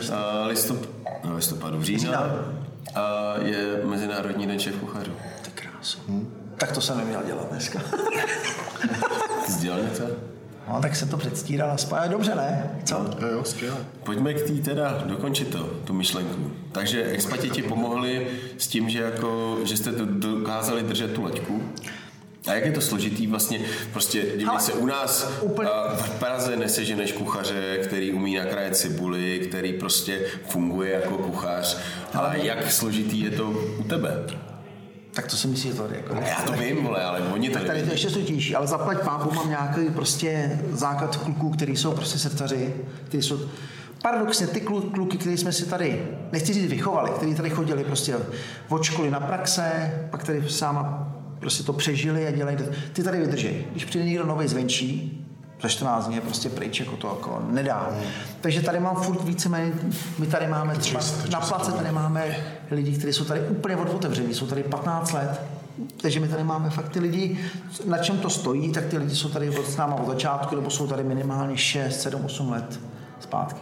listopadu, října a je Mezinárodní den Čech kuchařů. To je krása. Hmm. Tak to jsem neměl dělat dneska. Ty jsi dělal něco? No, tak se to předstíral a spájal. Dobře, ne? Co? Jo, jo, skvěle. Pojďme k tý teda dokončit to, tu myšlenku. Takže expati ti pomohli s tím, že, jako, že jste to dokázali držet tu laťku. A jak je to složitý vlastně, prostě dívej se, u nás úplně... v Praze neseženeš kuchaře, který umí nakrájet cibuli, který prostě funguje jako kuchař. Ale jak složitý je to u tebe? Tak to si myslí to jako. Já to vím, vole, ale oni to tak tady to ještě složitější, ale zaplať pámbu mám nějaký prostě základ kluků, kteří jsou prostě srdcaři, kteří jsou paradoxně ty kluky, které jsme si tady, nechci říct vychovali, kteří tady chodili prostě od školy na praxe, pak tady sáma prostě to přežili a dělají, ty tady vydrží. Když přijde někdo nový zvenčí, za čtrnáct dní je prostě pryč, jako to jako nedá. Mm. Takže tady mám furt víceméně, my tady máme třeba na place, tady máme lidi, kteří jsou tady úplně od otevření, jsou tady patnáct let, takže my tady máme fakt ty lidi, na čem to stojí, tak ty lidi jsou tady od, s náma od začátku, nebo jsou tady minimálně šest, sedm, osm let zpátky.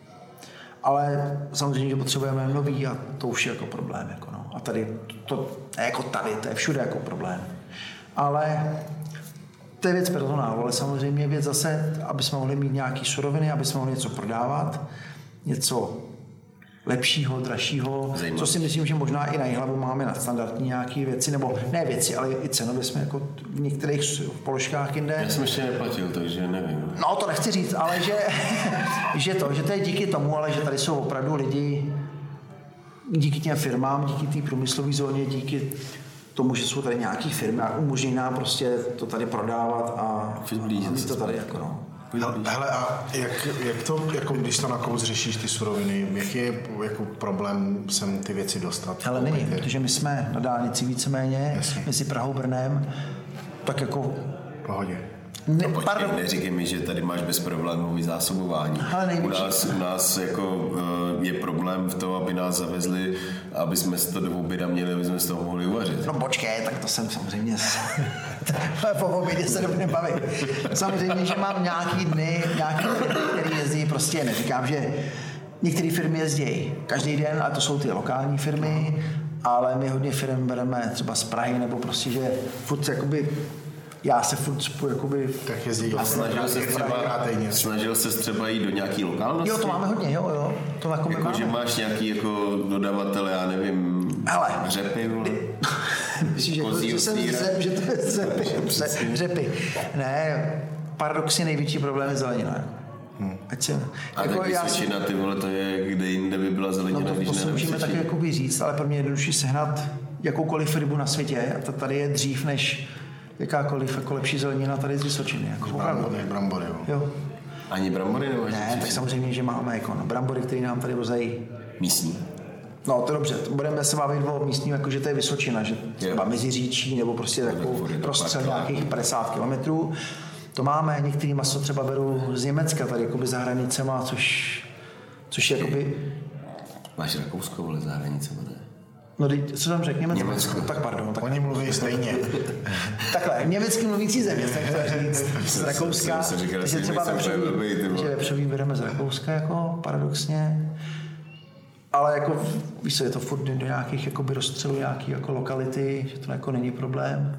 Ale samozřejmě, že potřebujeme nový a to už je jako problém. Jako no. A tady, to jako tady, to je všude jako problém. Ale to je věc personálu, ale samozřejmě věc zase, aby jsme mohli mít nějaké suroviny, aby jsme mohli něco prodávat, něco lepšího, dražšího, Zajímavé. Co si myslím, že možná i na hlavu máme nadstandardní nějaké věci, nebo ne věci, ale i cenově jsme jako v některých položkách jinde. Já jsem ještě neplatil, takže nevím. No to nechci říct, ale že, že to, že to je díky tomu, ale že tady jsou opravdu lidi, díky těm firmám, díky té průmyslové zóně, díky tomu, že jsou tady nějaký firmy a umožní nám prostě to tady prodávat a, a mít to tady jako no. Hele, a jak, jak to, jako když to na kous řešíš ty suroviny, jaký je jako problém sem ty věci dostat? Hele, není, protože my jsme na dálnici víceméně, Jasně. mezi Prahou a Brnem, tak jako... Pohodě. Ne, no počkej, neříkej mi, že tady máš bezproblémový zásobování. U nás, u nás jako, uh, je problém v tom, aby nás zavezli, aby jsme to do oběda měli, aby jsme z toho mohli uvařit. No počkej, tak to jsem samozřejmě... po obědě se dobře bavím. Samozřejmě, že mám nějaký dny, nějaký dny, který jezdí, prostě neříkám, že některé firmy jezdí každý den, a to jsou ty lokální firmy, ale my hodně firm bereme třeba z Prahy, nebo prostě, že furt jakoby já se furt spu, jakoby... Tak jezdí. A snažil se třeba, snažil se třeba jít do nějaký lokálnosti? Jo, to máme hodně, jo, jo. To jako jako, že máš nějaký jako dodavatele, já nevím, hele, řepy, vole? Myslíš, že, že, jsem řep, že to je řepy, řepy. Ne, paradoxně největší problém je zelenina. Hmm. Ať se, a jako taky Vysočina, ty vole, to je, kde jinde by byla zelenina, no to, když to ne můžeme taky jakoby říct, ale pro mě je jednodušší sehnat jakoukoliv rybu na světě a to tady je dřív než jakákoliv jako lepší zelenina tady z Vysočiny. Jako brambory, brambory, jo. jo. Ani brambory nebo? Ne, tak samozřejmě, že máme jako no, brambory, které nám tady vozejí. Místní. No to dobře, budeme se bavit o místním, jako že to je Vysočina, že třeba Meziříčí nebo prostě takovou prostřel nějakých padesát kilometrů. To máme, některý maso třeba beru z Německa, tady jakoby za hranicema, což, což je jakoby... Máš Rakousko, vole, za hranicema, ne? No, co tam řekl? Německo? Německo. Tak pardon. Tak... Oni mluví stejně. Takhle, německy mluvící země, tak to říct, z Rakouska. Takže třeba vepřový bereme z Rakouska, jako paradoxně. Ale jako, víš co, je to furt do nějakých jakoby rozstřelů, nějaký jako lokality, že to jako není problém.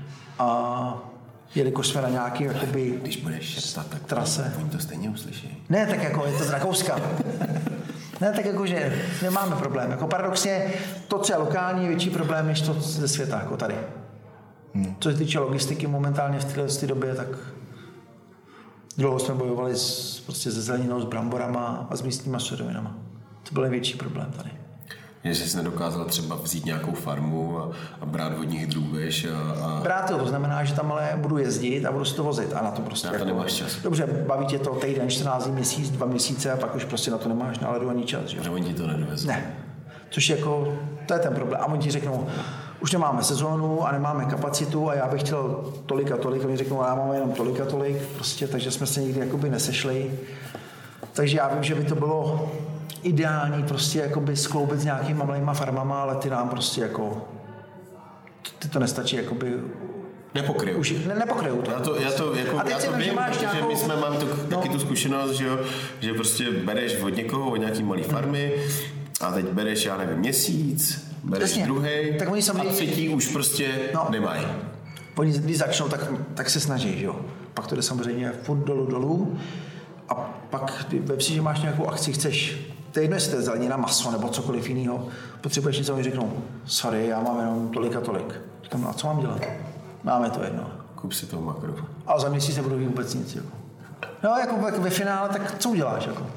A jelikož jsme na nějaký jakoby když budeš šeptat, tak trase. Oni to stejně uslyší. Ne, tak jako je to z Rakouska. Ne, tak jako, že nemáme problém. Jako paradoxně, to, co je lokální, je větší problém, než to ze světa, jako tady. Hmm. Co se týče logistiky momentálně v této době, tak dlouho jsme bojovali s, prostě se zeleninou, s bramborama a s místníma surovinama. To byl největší problém tady. Že jsi nedokázal třeba vzít nějakou farmu a, a brát od nich drůbež a, a... Brát to, to znamená, že tam ale budu jezdit a budu si to vozit a na to prostě... Na to jako, nemáš čas. Dobře, baví tě to týden, čtrnáct dní, měsíc, dva měsíce a pak už prostě na to nemáš náladu ani čas. Že oni ti to nedovezou. Ne. Což jako, to je ten problém. A oni ti řeknou, už nemáme sezónu a nemáme kapacitu a já bych chtěl tolik a tolik a oni řeknou, já mám jenom tolik a tolik, prostě, takže jsme se nikdy jakoby nesešli. Takže já vím, že by to bylo ideální prostě jakoby skloubit s nějakýma malýma farmama, ale ty nám prostě jako, ty to nestačí jakoby nepokryjou. Už, ne, nepokryjou to. Já to, já to, jako, a teď já to vím, protože nějakou... my jsme máme to, no. taky tu zkušenost, že, jo, že prostě bereš od někoho, od nějaký malý farmy a teď bereš, já nevím, měsíc, bereš druhý a třetí už prostě no. nemají. Oni když začnou, tak, tak se snaží, že jo. Pak to jde samozřejmě furt dolů, dolů a pak ve že máš nějakou akci, chceš, to je jedno, jestli to je zelenina, maso nebo cokoliv jiného, potřebuješ něco, oni řeknou, sorry, já mám jenom tolik a tolik. Říkám, no a co mám dělat? Máme to jedno. Kup si toho makru. A za měsíc nebudu mít vůbec nic. Jako. No jako ve, ve finále, tak co uděláš? Jako?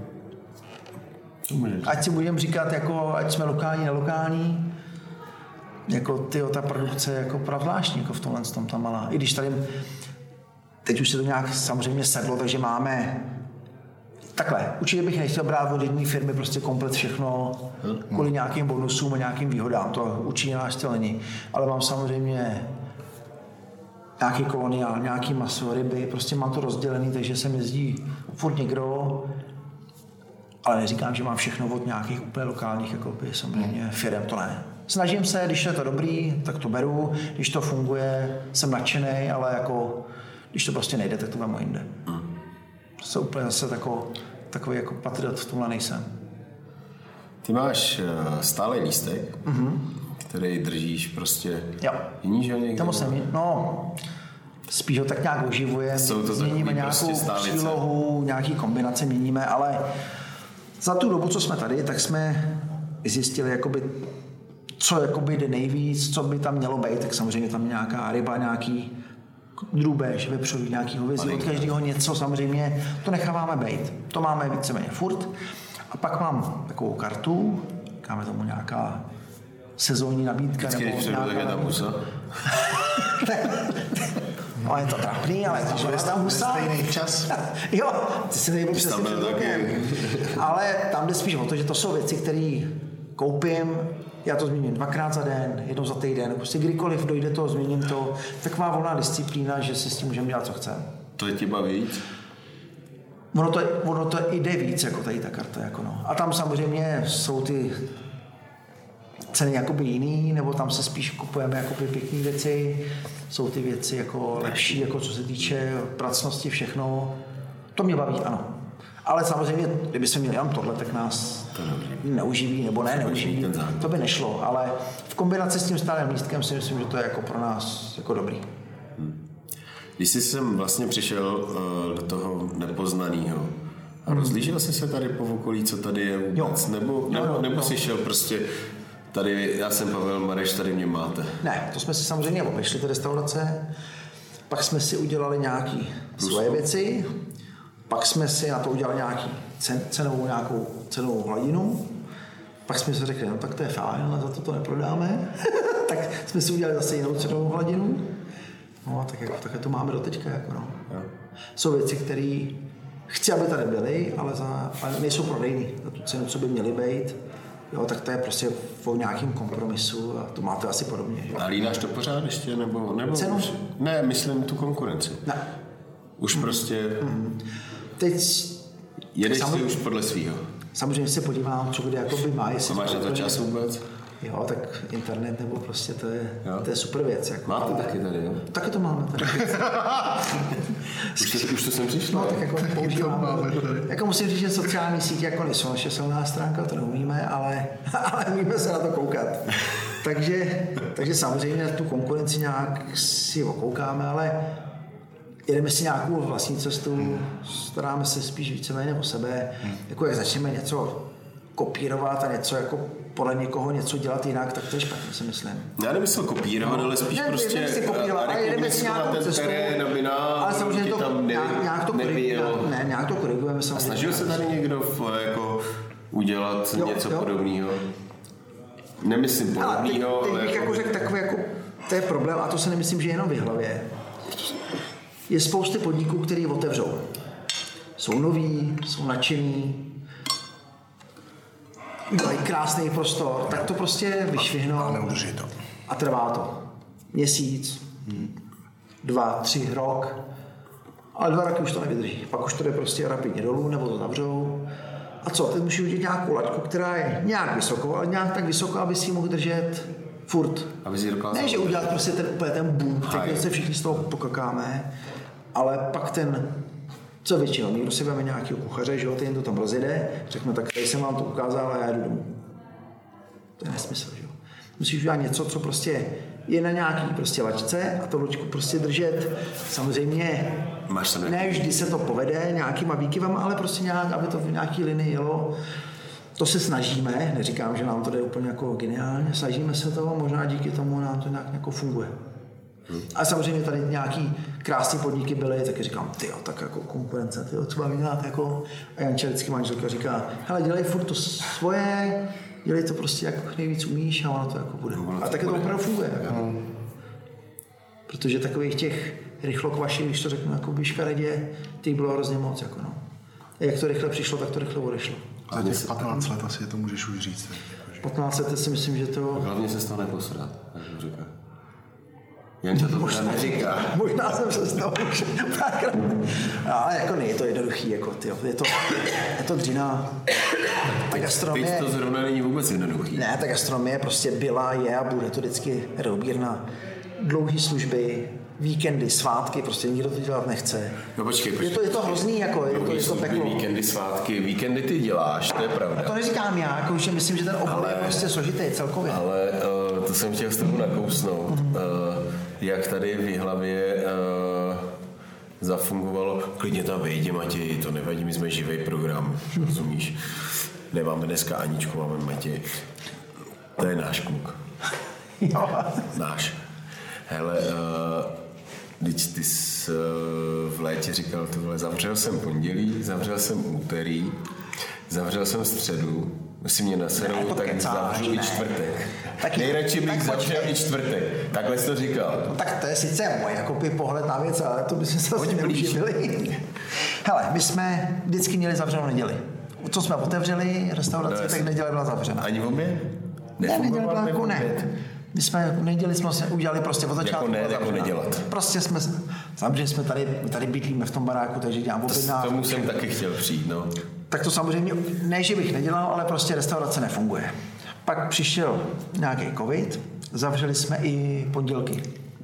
Hmm. Ať si budeme říkat, jako, ať jsme lokální, nelokální, jako tyjo, ta produkce je jako pravdláštní, jako v tomhle tom ta malá. I když tady, teď už se to nějak samozřejmě sedlo, takže máme takhle, určitě bych nechtěl brát od jedné firmy prostě komplet všechno kvůli nějakým bonusům a nějakým výhodám, to určitě náš styl není, ale mám samozřejmě nějaký koloniál, nějaký maso, ryby, prostě mám to rozdělený, takže se mi jezdí furt někdo, ale neříkám, že mám všechno od nějakých úplně lokálních jako by samozřejmě firem, to ne. Snažím se, když je to dobrý, tak to beru, když to funguje, jsem nadšenej, ale jako, když to prostě nejde, tak to vemu jinde. To úplně zase tako, takový jako patriot v tomhle nejsem. Ty máš stále lístek, mm-hmm. který držíš prostě jiný, že někde? Tam jsem, no, spíš ho tak nějak oživujeme, změníme nějakou prostě přílohu, nějaký kombinace měníme, ale za tu dobu, co jsme tady, tak jsme zjistili, jakoby, co jakoby jde nejvíc, co by tam mělo být, tak samozřejmě tam nějaká ryba, nějaký drůbež, vepřový, nějaký hovězí, od každého něco, samozřejmě to necháváme být. To máme víceméně furt. A pak mám takovou kartu, říkáme tomu nějaká sezónní nabídka. Vždycky, když přijdu, tak je tam husa. No, je to trapný, ale to je tam husa. Stejný čas. Jo, ty se nejde přesně před rokem. Ale tam jde spíš o to, že to jsou věci, které koupím, já to změním dvakrát za den, jednou za týden, prostě kdykoliv dojde to, změním to. Taková volná disciplína, že si s tím můžeme dělat, co chceme. To je ti baví víc? Ono to, ono to jde víc, jako tady ta karta. Jako no. A tam samozřejmě jsou ty ceny jakoby jiný, nebo tam se spíš kupujeme jakoby pěkný věci, jsou ty věci jako lepší, jako co se týče pracnosti, všechno. To mě baví, ano. Ale samozřejmě, kdyby jsme měli jenom tohle, tak nás neuživí, nebo ne, neuživí. To by nešlo, ale v kombinaci s tím stálým lístkem si myslím, že to je jako pro nás jako dobrý. Hmm. Když jsi sem vlastně přišel uh, do toho nepoznaného a rozlížel jsi se tady po okolí, co tady je vůbec? Jo. Nebo, nebo, jo, nebo jsi šel prostě tady, já jsem Pavel Mareš, tady mě máte? Ne, to jsme si samozřejmě obešli, ty restaurace, pak jsme si udělali nějaký Průstup. svoje věci, pak jsme si na to udělali nějaký cen, cenovou, nějakou cenovou hladinu, pak jsme si řekli, no tak to je fajn, ale za to to neprodáme, tak jsme si udělali zase jinou cenovou hladinu, no a tak jako, také to máme doteďka, jako no. Ja. Jsou věci, které chci, aby tady byly, ale, za, ale nejsou prodejný za tu cenu, co by měly být. Jo, tak to je prostě o nějakým kompromisu a to máte asi podobně. Že? A lídáš to pořád ještě? Nebo, nebo cenu? Už, ne, myslím tu konkurenci. Ne. Už mm. prostě... Mm. Teď... Jedeš si už podle svýho. Samozřejmě se podívám, co kde jakoby má. A máš na to čas vůbec? Jo, tak internet nebo prostě to je, to je super věc. Jako, máte ale... taky tady, jo? Taky to máme tady. už, to, už to jsem přišlo. No, tak jako používám. Jako musím říct, že sociální sítě jako nejsou naše silná stránka, to neumíme, ale, ale umíme se na to koukat. takže, takže samozřejmě tu konkurenci nějak si okoukáme, ale jedeme si nějakou vlastní cestu, staráme se spíš víceméně o sebe. Hmm. Jako jak začneme něco kopírovat a něco jako podle někoho něco dělat jinak, tak to je špatně, si myslím. Já nemyslel kopírovat, no, ale spíš ne, prostě rekognizovat ten terén, aby nám ale samozřejmě to tam ne, nějak, nějak to korigujeme. Ne, nějak to korigujeme. A snažil se tady někdo v, jako udělat jo, něco jo. podobného? Nemyslím podobného, ale... Teď bych jako řekl takový jako, to je problém a to se nemyslím, že jenom v hlavě. Je spousty podniků, který otevřou. Jsou noví, jsou nadšení, udělají krásný prostor, tak to prostě vyšvihnou. Ale neudrží to. A trvá to. Měsíc, hmm. dva, tři, rok. Ale dva roky už to nevydrží. Pak už to jde prostě rapidně dolů, nebo to zavřou. A co? Teď musí udělat nějakou laťku, která je nějak vysokou, ale nějak tak vysokou, aby si ji mohl držet furt. Aby si dokázal... Ne, že udělat prostě ten úplně ten boom, teď se všichni z toho pokakáme, ale pak ten, co většinou, někdo si veme nějakého kuchaře, že jo, ten to tam rozjede, řekne, tak tady jsem vám to ukázal a já jdu domů. To je nesmysl, že jo. Musíš udělat něco, co prostě je na nějaký prostě lačce a to loďku prostě držet. Samozřejmě ne vždy se to povede nějakýma výkyvama, ale prostě nějak, aby to v nějaký linii jelo. To se snažíme, neříkám, že nám to jde úplně jako geniálně, snažíme se to, možná díky tomu nám to nějak jako funguje. Hmm. A samozřejmě tady nějaký krásný podniky byly, taky říkám, tyjo, tak jako konkurence, tyjo, co mám dělat, jako, a Janča vždycky manželka říká, hele, dělej furt to svoje, dělej to prostě jak nejvíc umíš a ono to jako bude. No, a taky to opravdu funguje. Jako. Hmm. Protože takových těch rychlokvaších, když to řeknu jako by škaredě, těch bylo hrozně moc, jako no. A jak to rychle přišlo, tak to rychle odešlo. Za těch patnáct let asi to můžeš už říct. patnáct let si myslím, že to... Hlavně se z toho neposrat, jak to říká. Janča to možná neříká. Možná jsem se z toho už párkrát. Ale jako ne, je to jednoduchý, jako tyjo. Je to, je to dřina. Ta gastronomie... Teď to zrovna není vůbec jednoduchý. Ne, ta gastronomie prostě byla, je a bude to vždycky roubír na dlouhé služby, víkendy, svátky, prostě nikdo to dělat nechce. No počkej, počkej. Je to, je to hrozný, jako, je to, je to peklo. Víkendy, svátky, víkendy ty děláš, to je pravda. A to neříkám já, jako, že myslím, že ten obor ale, je prostě složitý celkově. Ale uh, to jsem chtěl s tebou nakousnout. Mm-hmm. Uh, jak tady v Jihlavě uh, zafungovalo, klidně tam vejdi, Matěj, to nevadí, my jsme živý program, rozumíš? Nemáme dneska Aničku, máme Matěj. To je náš kluk. Jo. Náš. Hele, uh, když ty jsi uh, v létě říkal, tohle, zavřel jsem pondělí, zavřel jsem úterý, zavřel jsem středu, si mě naserou, tak kecáš, zavřu ne. i čtvrtek. Taky, Nejradši bych tak zavřel i čtvrtek. Takhle jsi to říkal. No, tak to je sice můj jako pohled na věc, ale to bychom se asi neuživili. Hele, my jsme vždycky měli zavřenou neděli. Co jsme otevřeli restauraci, no, tak neděle byla zavřena. Ani v oběd? Ne, neděle byla jako ne. My jsme neděli jsme se udělali prostě od začátku. Jako ne, jako nedělat. Prostě jsme, samozřejmě jsme tady, tady bydlíme v tom baráku, takže dělám objednávky. Tomu jsem taky chtěl přijít, no. Tak to samozřejmě, ne, že bych nedělal, ale prostě restaurace nefunguje. Pak přišel nějaký covid, zavřeli jsme i pondělky.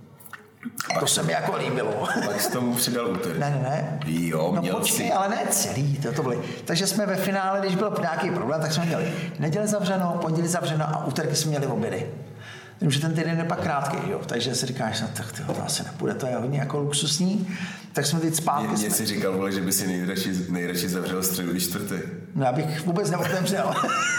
Pak to se mi jako líbilo. Pak jsi tomu přidal úterý. Ne, ne, ne. Jo, no počkej, si... ale ne celý, to, to byly. Takže jsme ve finále, když byl nějaký problém, tak jsme měli neděli zavřeno, pondělí zavřeno a úterky jsme měli obědy. Že ten týden je pak krátký, jo? Takže si říkáš, no, tak tyjo, to asi nepůjde, to je hodně jako luxusní. Tak jsme teď zpátky... Mě, mě jsme... si říkal, vole, že by si nejradši, nejradši zavřel středu i čtvrtek. No já bych vůbec neotevřel.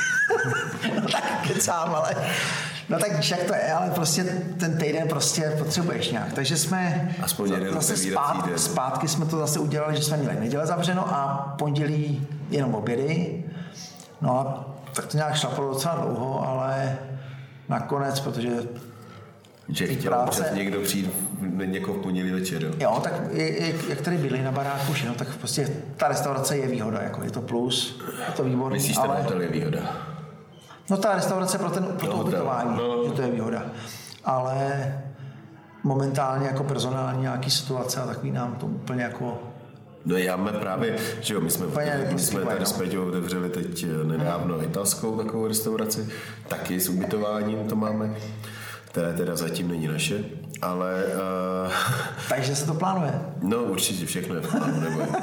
No tak kecám, ale... No tak víš, jak to je, ale prostě ten týden prostě potřebuješ nějak. Takže jsme... Aspoň jeden zase zpát, zpátky jsme to zase udělali, že jsme měli neděle zavřeno a pondělí jenom obědy. No a tak to nějak šlapalo docela dlouho, ale... Nakonec, protože že chtěl práce... někdo přijít někoho v pondělí večer, jo? Jo, tak jak, jak tady byli na baráku, no, tak prostě ta restaurace je výhoda, jako je to plus, je to výborný. Myslíš, ale... ten hotel je výhoda? No ta restaurace pro, ten, pro to ubytování, no. Že to je výhoda. Ale momentálně jako personální nějaký situace a takový nám to úplně jako... No já máme právě, že jo, my jsme, my jsme tady s Peťou otevřeli teď nedávno italskou takovou restauraci, taky s ubytováním to máme, které teda zatím není naše, ale... Uh, Takže se to plánuje? No určitě, všechno je v plánu, nebo uh,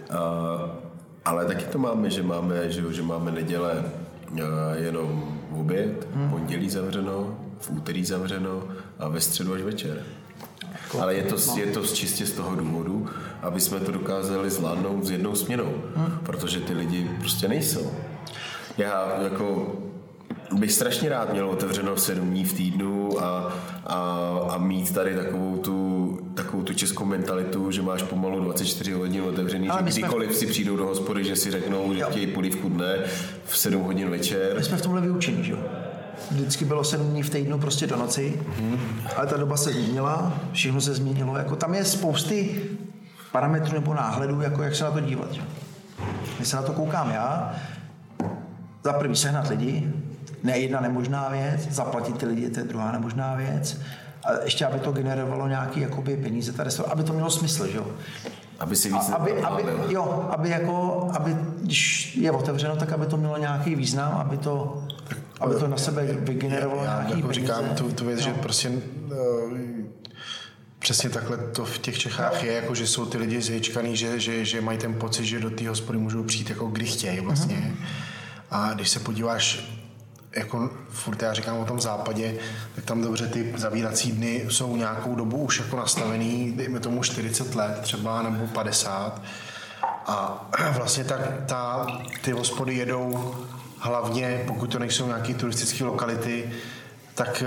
ale taky to máme, že máme, že, že máme neděle uh, jenom v oběd, hmm. pondělí zavřeno, v úterý zavřeno a ve středu až večer. Ale je to, je to čistě z toho důvodu, aby jsme to dokázali zvládnout s jednou směnou, hmm. protože ty lidi prostě nejsou. já jako bych strašně rád měl otevřeno sedm dní v týdnu a, a, a mít tady takovou tu, takovou tu českou mentalitu, že máš pomalu dvacet čtyři hodin otevřený, ale že kdykoliv jsme... si přijdou do hospody, že si řeknou, že jo. chtějí polívku dne v sedm hodin večer. My jsme v tomhle vyučení, že jo? Vždycky bylo sedm dní v týdnu prostě do noci, hmm. ale ta doba se změnila, všechno se změnilo, jako tam je spousty parametrů nebo náhledů, jako jak se na to dívat, že? Když se na to koukám já, za prvý sehnat lidi, ne jedna nemožná věc, zaplatit ty lidi, to je druhá nemožná věc. A ještě, aby to generovalo nějaký jakoby peníze, tady, aby to mělo smysl, že jo? Aby si víc aby, aby, jo, aby jako, aby, když je otevřeno, tak aby to mělo nějaký význam, aby to, aby to na sebe vygenerovalo já, nějaký já jako peníze. říkám tu, tu věc, no. že prostě uh, přesně takhle to v těch Čechách je, jako že jsou ty lidi zhejčkaný, že, že, že mají ten pocit, že do té hospody můžou přijít jako kdy chtějí vlastně. Mm-hmm. A když se podíváš, jako furt já říkám o tom západě, tak tam dobře ty zavírací dny jsou nějakou dobu už jako nastavený, dejme tomu čtyřicet let třeba, nebo padesát. A vlastně tak ta, ty hospody jedou hlavně, pokud to nejsou nějaké turistické lokality, tak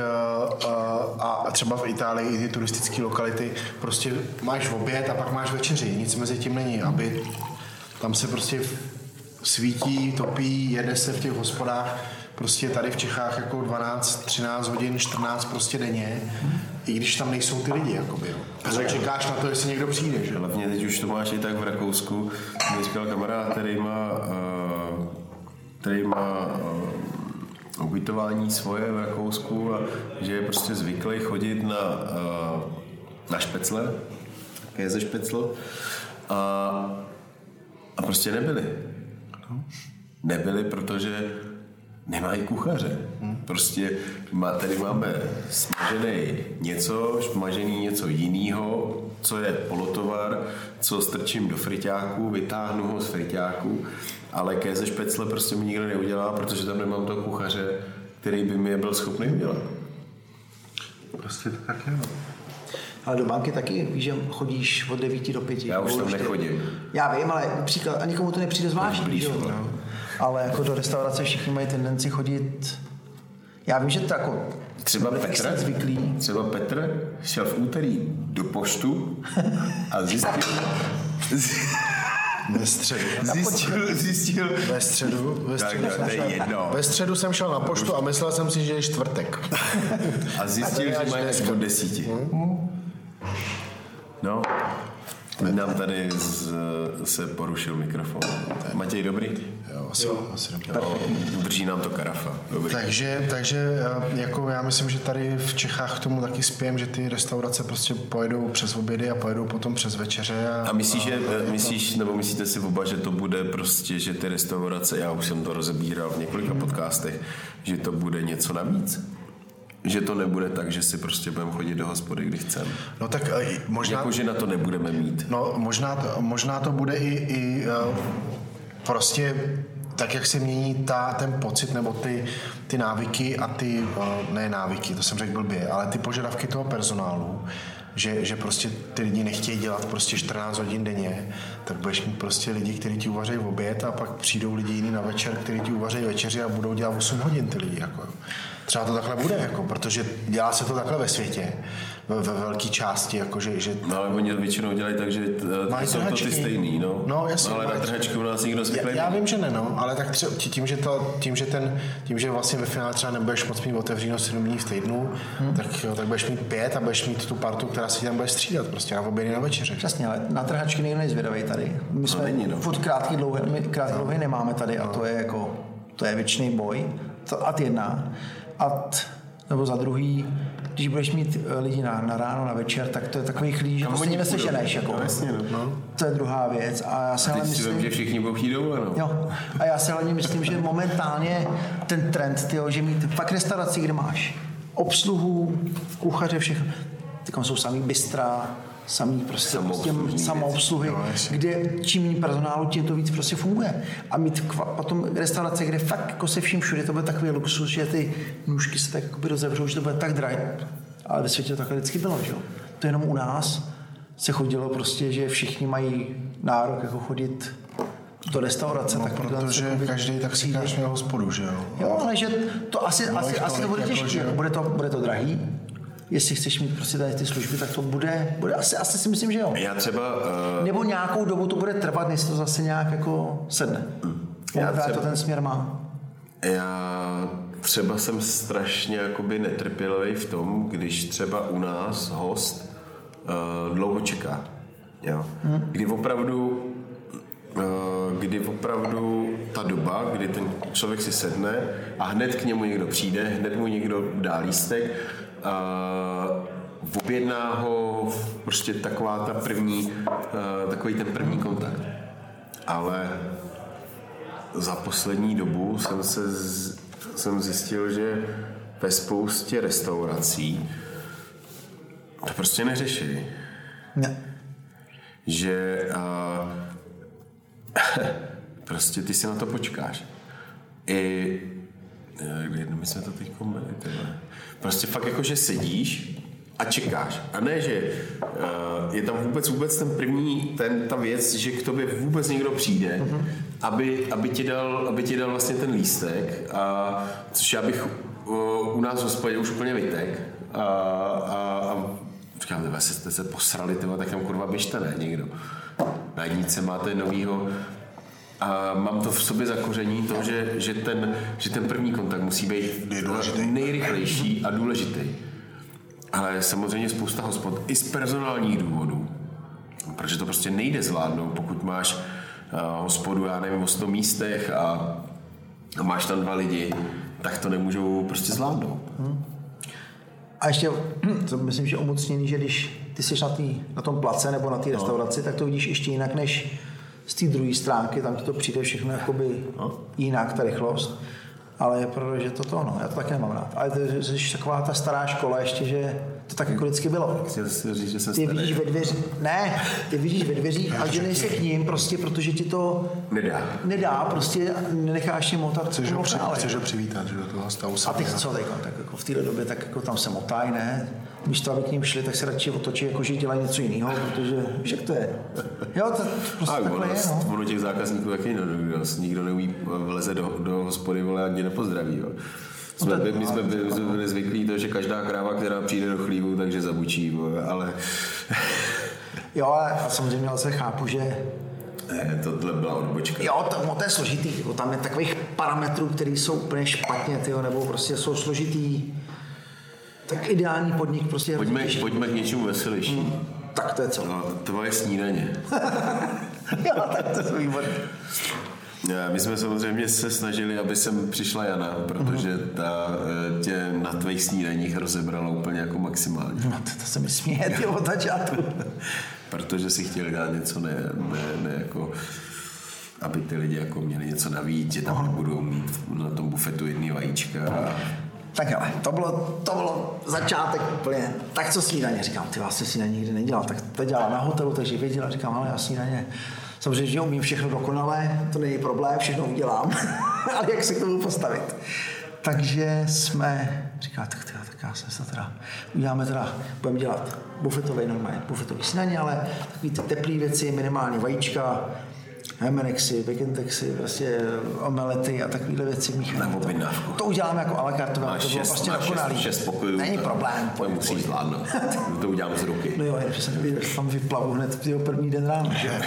a třeba v Itálii i ty turistické lokality, prostě máš oběd a pak máš večeři, nic mezi tím není, aby tam se prostě svítí, topí, jede se v těch hospodách, prostě tady v Čechách jako dvanáct, třináct hodin, čtrnáct prostě denně, i když tam nejsou ty lidi, jakoby, jo. Takže čekáš na to, jestli někdo přijde, že? Hlavně teď už to máš i tak v Rakousku, mi říkal kamarád, který má, uh, který má uh, ubytování svoje v Rakousku a že je prostě zvyklý chodit na, uh, na špecle, také ze špecl, a, a prostě nebyli. Nebyli, protože nemají kuchaře. Prostě má, tady máme smažený něco, smažený něco jiného, co je polotovar, co strčím do friťáku, vytáhnu ho z friťáku, ale kéze špecle prostě mi nikdo neudělá, protože tam nemám toho kuchaře, který by mi je byl schopný udělat. Prostě to tak je. Ale do banky taky, víš, že chodíš od devíti do pěti. Já už tam nechodím. Já vím, ale příklad, a nikomu to nepřijde zvláštní, že jo? No. Ale jako do restaurace všichni mají tendenci chodit. Já vím, že to jako třeba Petr, zvyklý. třeba Petr šel v úterý do poštu a zjistil, Ve středu. Zjistil, zjistil. Ve středu, ve středu, tak, jsem šel, jedno. ve středu jsem šel na poštu a myslel jsem si, že je čtvrtek. A zjistil, že mají až od desíti. No, nám tady z, se porušil mikrofon. Matěj, dobrý? Jo, asi, jo. asi jo, drží nám to karafa. Dobrý. Takže, takže jako já myslím, že tady v Čechách k tomu taky spějem, že ty restaurace prostě pojedou přes obědy a pojedou potom přes večeře. A, a myslíš, že, myslíš, nebo myslíte si oba, že to bude prostě, že ty restaurace, já už jsem to rozebíral v několika podcastech, že to bude něco navíc? Že to nebude tak, že si prostě budeme chodit do hospody, kdy chceme. No tak možná... Jako, že na to nebudeme mít. No možná to, možná to bude i, i prostě tak, jak se mění ta, ten pocit nebo ty, ty návyky a ty, ne návyky, to jsem řekl blbě, ale ty požadavky toho personálu, že, že prostě ty lidi nechtějí dělat prostě čtrnáct hodin denně, tak budeš mít prostě lidi, kteří ti uvaří v oběd a pak přijdou lidi jiný na večer, kteří ti uvaří večeři a budou dělat osm hodin ty lidi. Jako. Třeba to takhle bude, jako, protože dělá se to takhle ve světě, ve, ve velké části. Jako, že, že no ale oni většinou dělají tak, že t- jsou to ty stejný. No, no, jasně, no ale na trhačky u nás nikdo zvyklý. Já, já vím, že ne, no, ale tak třeba tím, že, to, tím, že, ten, tím, že vlastně ve finále třeba nebudeš moc mít otevřeno sedm dní v týdnu, hmm. tak, jo, tak budeš mít pět a budeš mít tu partu, která si tam bude střídat prostě na obědy na večeře. Přesně, ale na trhačky nikdo nejzvědavej tady. My jsme no, no. furt krátký dlouhé, my krátký dlouhé nemáme tady a to je jako, to je věčný boj. To ad jedna. Ad nebo za druhý, když budeš mít lidi na, na ráno, na večer, tak to je takový chlí, že to stejně neseženeš. Jako. No, jasně, no. To je druhá věc. A já se a teď myslím, si vím, že všichni budou chtít dole, no. Jo. A já se hlavně myslím, že momentálně ten trend, tyjo, že mít fakt restauraci, kde máš obsluhu, kuchaře, všechno, teď jsou samý bystra, samý prostě samoobsluhy, no, kde čím méně personálu, tím to víc prostě funguje. A mít kva, potom restaurace, kde fakt jako se vším všude, to bude takový luxus, že ty nůžky se tak jakoby rozevřou, že to bude tak drahé. Ale ve světě to takhle vždycky bylo, že jo. To jenom u nás se chodilo prostě, že všichni mají nárok jako chodit do restaurace, no, tak protože jakoby, každý taxikář měl hospodu, že jo? Jo, ale že to asi, asi, asi to bude jako, těžké, že... bude, to, bude to drahý. Jestli chceš mít prostě tady ty služby, tak to bude, bude asi, asi si myslím, že jo. Já třeba... Uh... Nebo nějakou dobu to bude trvat, než to zase nějak jako sedne. Hmm. Já třeba... to ten směr má. Já třeba jsem strašně jakoby netrpělivý v tom, když třeba u nás host uh, dlouho čeká. Jo? Hmm. Kdy opravdu kdy opravdu ta doba, kdy ten člověk si sedne a hned k němu někdo přijde, hned mu někdo dá lístek a objedná ho prostě taková ta první, takový ten první kontakt. Ale za poslední dobu jsem, se z, jsem zjistil, že ve spoustě restaurací to prostě neřeší. Ne. Že a, prostě ty si na to počkáš. I my jsme to teď kombili, prostě fakt jako, že sedíš a čekáš. A ne, že uh, je tam vůbec vůbec ten první, ten, ta věc, že k tobě vůbec někdo přijde, mm-hmm. aby, aby, ti dal, aby ti dal vlastně ten lístek, a, což já bych uh, u nás v hospodě už úplně vytek. A, a, a říkám, vy jste se posrali, tyma, tak tam kurva běžte, ne, někdo. Na jednice máte novýho a mám to v sobě zakoření to, že, že, ten, že ten první kontakt musí být nejrychlejší a důležitý. Ale samozřejmě spousta hospod i z personálních důvodů, protože to prostě nejde zvládnout, pokud máš uh, hospodu, já nevím, o sto místech a, a máš tam dva lidi, tak to nemůžou prostě zvládnout. Hmm. A ještě, to myslím, že omocněný, že když ty jsi na, tý, na tom place nebo na té restauraci, no. tak to vidíš ještě jinak než z té druhé stránky, tam ti to přijde všechno jakoby no. jinak, ta rychlost. Ale je pravda, že to to, no, já to taky nemám rád. Ale to je taková ta stará škola ještě, že to tak jako vždycky bylo. Chtěl si říct, že jsem ty vidíš ve dveřích, ne, ty vidíš ve dveřích a že nejsi k ním prostě, protože ti to nedá, nedá prostě necháš je motat. Chceš ho, při, chceš ho přivítat, že do toho stavu se. A teď co teď, tak jako v této době tak jako tam se motají, ne? Místo, aby k ním šli, tak se radši otočí, jako že dělají něco jiného, protože víš, jak to je. Jo, to prostě a takhle ono, je, no. Ono těch zákazníků taky no, nikdo neumí vleze do, do hospody, vole, a mě nepozdraví, jo. Jsme, no, my jsme byli, byli zvyklí to, že každá kráva, která přijde do chlívu, takže zabučí, ale... Jo, ale samozřejmě ale se chápu, že... Ne, tohle byla odbočka. Jo, to, to je složitý, jako tam je takových parametrů, které jsou úplně špatně, tyjo, nebo prostě jsou složitý. Tak ideální podnik prostě... Pojďme, pojďme k něčemu veselější. Hmm. Tak to je co? No, tvoje snídaně. Jo, tak to je výborné. My jsme samozřejmě se snažili, aby sem přišla Jana, protože ta tě na tvých snídaních rozebrala úplně jako maximálně. No to, to se mi směje, ty od začátku. Protože si chtěli dát něco, ne, ne, ne jako, aby ty lidi jako měli něco navíc, že tam nebudou mít na tom bufetu jedný vajíčka. A... Tak ale, to bylo, to bylo začátek úplně. Tak co snídaně? Říkám, ty vlastně snídaně nikdy nedělal. Tak to dělala na hotelu, takže věděla, říkám, ale já snídaně. Samozřejmě, že umím všechno dokonale, to není problém, všechno udělám, ale jak se k tomu postavit. Takže jsme, říká, tak, tyjo, tak já se to teda, uděláme teda, budeme dělat bufetový normálně, bufetový snídaně, ale takový ty teplý věci, minimálně vajíčka, hemenexy, bekentexy, prostě omelety a takovýhle věci míchané. To, to uděláme jako a la carte, to bylo prostě dokonalý. Šest pokojů. Není problém. To musíš zvládnout. To udělám z ruky. No jo, že jsem nevěděl, že tam vyplavu hned v první den ráno.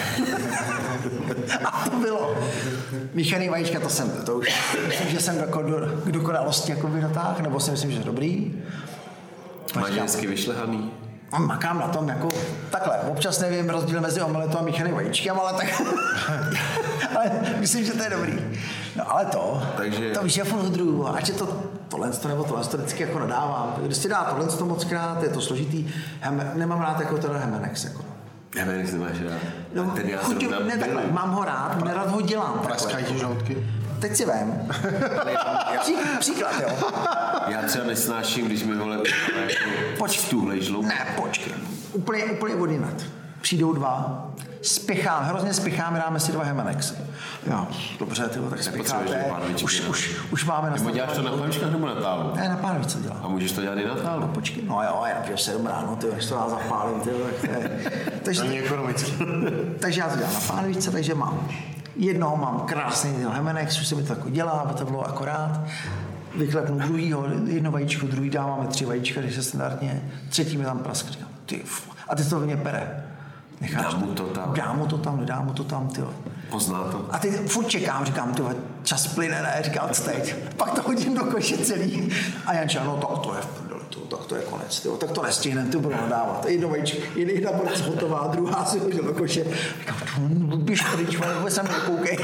A to bylo. Míchaný vajíčka, to jsem, to už myslím, že jsem jako do, k dokonalosti jako dotáhl, nebo si myslím, že je dobrý. Máš hezky vyšlehaný? Makám na tom, jako takhle, občas nevím rozdíl mezi omeletou a míchaným vajíčkem, ale tak, ale myslím, že to je dobrý. No ale to, Takže... to víš, je furt druhů, ať je to tohle nebo tohle, to vždycky jako nadávám. Když si dá tohle to moc krát, je to složitý, Hem, nemám rád jako ten Hemenex, jako. Hemenex nemáš rád? No, ten já chuť, ne, takhle, mám ho rád, nerad ho dělám. Praskají ti žaludky? Teď si vem. Pří, příklad, jo. Já třeba nesnáším, když mi vole stuhlej žloub. Ne, počkej. Úplně, úplně odinat. Přijdou dva, spěchám, hrozně spěcháme, dáme si dva Hemenex. Jo, dobře, tyho, tak spěcháte. Už, už, už máme na Nebo děláš to na pánvičkách nebo na tálu? Ne, na pánvičce dělám. A můžeš to dělat i na tálu? No počkej, no jo, já napiju sedm ráno, tyjo, než to já zapálím, tyjo, tak to je. Takže, není ekonomicky. Takže já to dělám na pánvičce, takže mám Jednoho mám krásný hemenek, už se mi to jako dělá, aby to bylo akorát. Vyklepnu druhýho, jedno vajíčko, druhý dáváme tři vajíčka, když se standardně, třetí mi tam praskne. Ty, a ty to mě pere. Necháš dám mu to tam. Dám mu to tam, nedám mu to tam, tyjo. Pozná to. A teď furt čekám, říkám, tyjo, čas plyne, ne, říkám, teď. Pak to hodím do koše celý. A Janča, no tak to je v prdeli, tak to je konec, tyjo, tak to nestihnem, ty budu nadávat. Jedno vajíčko, jedna porce hotová, druhá si hodil do koše. Říkám, běž pryč, vůbec se mi nekoukej.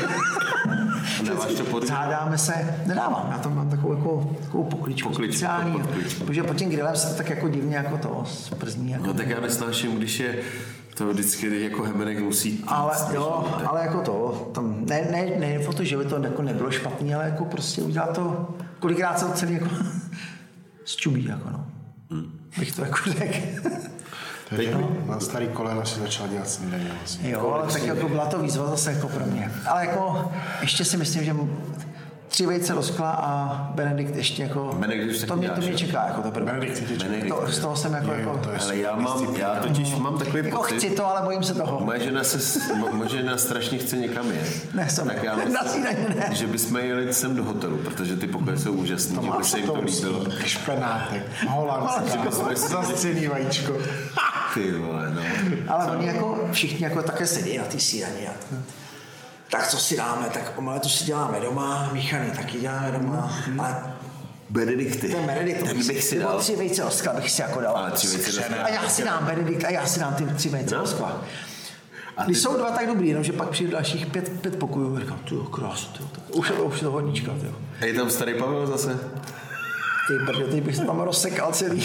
Zádáme se, nedávám, já tam mám takovou, jako, takovou pokličku, pokličku speciální, pokličku. protože pod tím grillem se to tak jako divně jako to zprzní. Jako. No tak já nesnáším, když je to vždycky jako hemenek musí týct, Ale jo, ale jako to, tam, ne, ne, ne o to, že by to jako nebylo špatný, ale jako prostě udělá to, kolikrát se to celý jako zčubí, jako no. Hmm. Bych to jako řekl. Takže na starý kolena si začal dělat snídaně. Vlastně. Jo, ale tak jako byla to výzva zase jako pro mě. Ale jako ještě si myslím, že tři vejce do skla a Benedikt ještě jako... Benedikt to mě, to mě čeká jako to první. Benedikt tě čeká. To, z toho jsem jako... Jo, jo, jako ale já mám, já totiž mám takový jako pocit... chci to, ale bojím se toho. Moje žena, se, moje žena strašně chce někam jet. Ne, jsem tak já myslím, ne. že bychom jeli sem do hotelu, protože ty pokoje jsou úžasný, to že by se jim to líbilo. Špenátek, holandská, zastěný vajíčko. Ty vole, no. Ale oni jako všichni jako také sedí na ty síraně. Tak co si dáme, tak omeletu si děláme doma, míchaný taky děláme doma. Mm. Ale Benedikty. Ten Benedikt, ten bych si dal. Tři vejce do skla bych si jako dal. Ale tři vejce do skla. A já si dám Benedikt a já si dám ty tři vejce do skla. Když ty... jsou dva tak dobrý, jenomže pak přijde dalších pět, pět pokojů a říkám, ty jo, krásno, ty jo, už je to, už je to hodnička, ty jo. A je tam starý Pavel zase? Ty brďo, teď bych se tam rozsekal celý.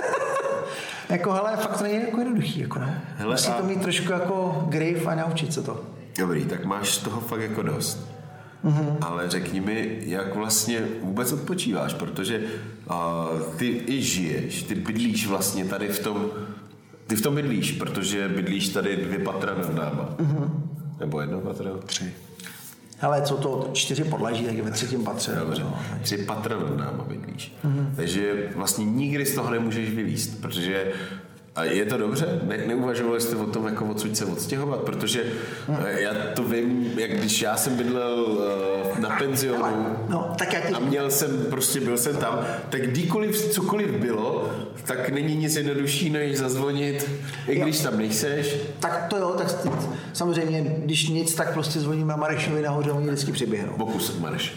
Jako, hele, fakt to není jako jednoduchý, jako ne. Hele, musí a... to mít trošku jako grave a naučit se to. Dobrý, tak máš toho fakt jako dost. Mm-hmm. Ale řekni mi, jak vlastně vůbec odpočíváš, protože uh, ty i žiješ, ty bydlíš vlastně tady v tom, ty v tom bydlíš, protože bydlíš tady dvě patra nad náma. Mm-hmm. Nebo jedno patro? Tři. Hele, jsou to čtyři podlaží, tak je ve třetím patře. Dobře, no, tři patra nad náma bydlíš. Mm-hmm. Takže vlastně nikdy z toho nemůžeš vylízt, protože a je to dobře? Ne, neuvažovali jste o tom, jako odsud se odstěhovat? Protože hmm. já to vím, jak když já jsem bydlel uh, na penzionu no, tak jak... a měl jsem, prostě byl jsem tam, tak kdykoliv, cokoliv bylo, tak není nic jednodušší, než zazvonit, i když jo. tam nejseš. Tak to jo, tak samozřejmě, když nic, tak prostě zvoníme Marešovi nahoře, oni vždycky přiběhnou. Pokus Mareš.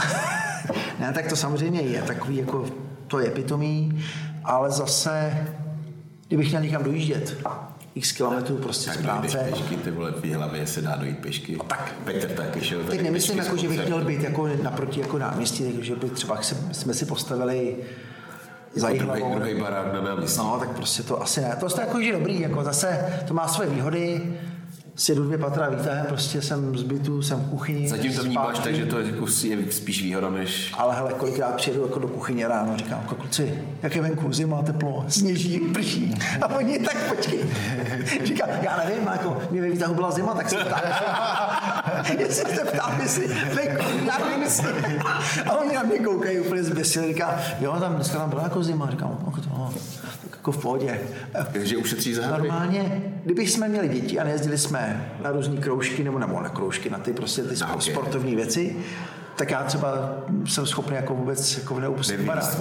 Ne, tak to samozřejmě je takový, jako to je pitomý, ale zase kdybych měl někam dojíždět, x kilometrů prostě z práce. Tak pěšky, ty vole, v hlavě se dá dojít pěšky. No tak, Petr taky šel. Teď nemyslím, jako, že bych měl být jako naproti jako náměstí, takže by třeba jsme si postavili za Jihlavou. Druhý barák na náměstí. No, tak prostě to asi ne. To je jako, že dobrý, jako zase to má své výhody. Sjedu dvě patra výtahem, prostě jsem z bytu, jsem v kuchyni. Zatím to vnímáš tak, že to je, jako je spíš výhoda než... Ale hele, kolikrát přijedu jako do kuchyně ráno, říkám, jako kluci, jak je venku, zima, teplo, sněží, prší. A oni tak počkej. Říkám, já nevím, jako, mě ve výtahu byla zima, tak se ptám. Jestli se ptám, jestli venku, já nevím, jestli. A oni na mě koukají úplně zběsili, říká, jo, tam dneska tam byla jako zima, říkám, jako to, no, tak jako v pohodě. Takže ušetří zahrady. Normálně, kdybych jsme měli děti a nejezdili jsme na různý kroužky, nebo, nebo na kroužky, na ty prostě ty no, okay. sportovní věci, tak já třeba jsem schopný jako vůbec jako neupustit barák.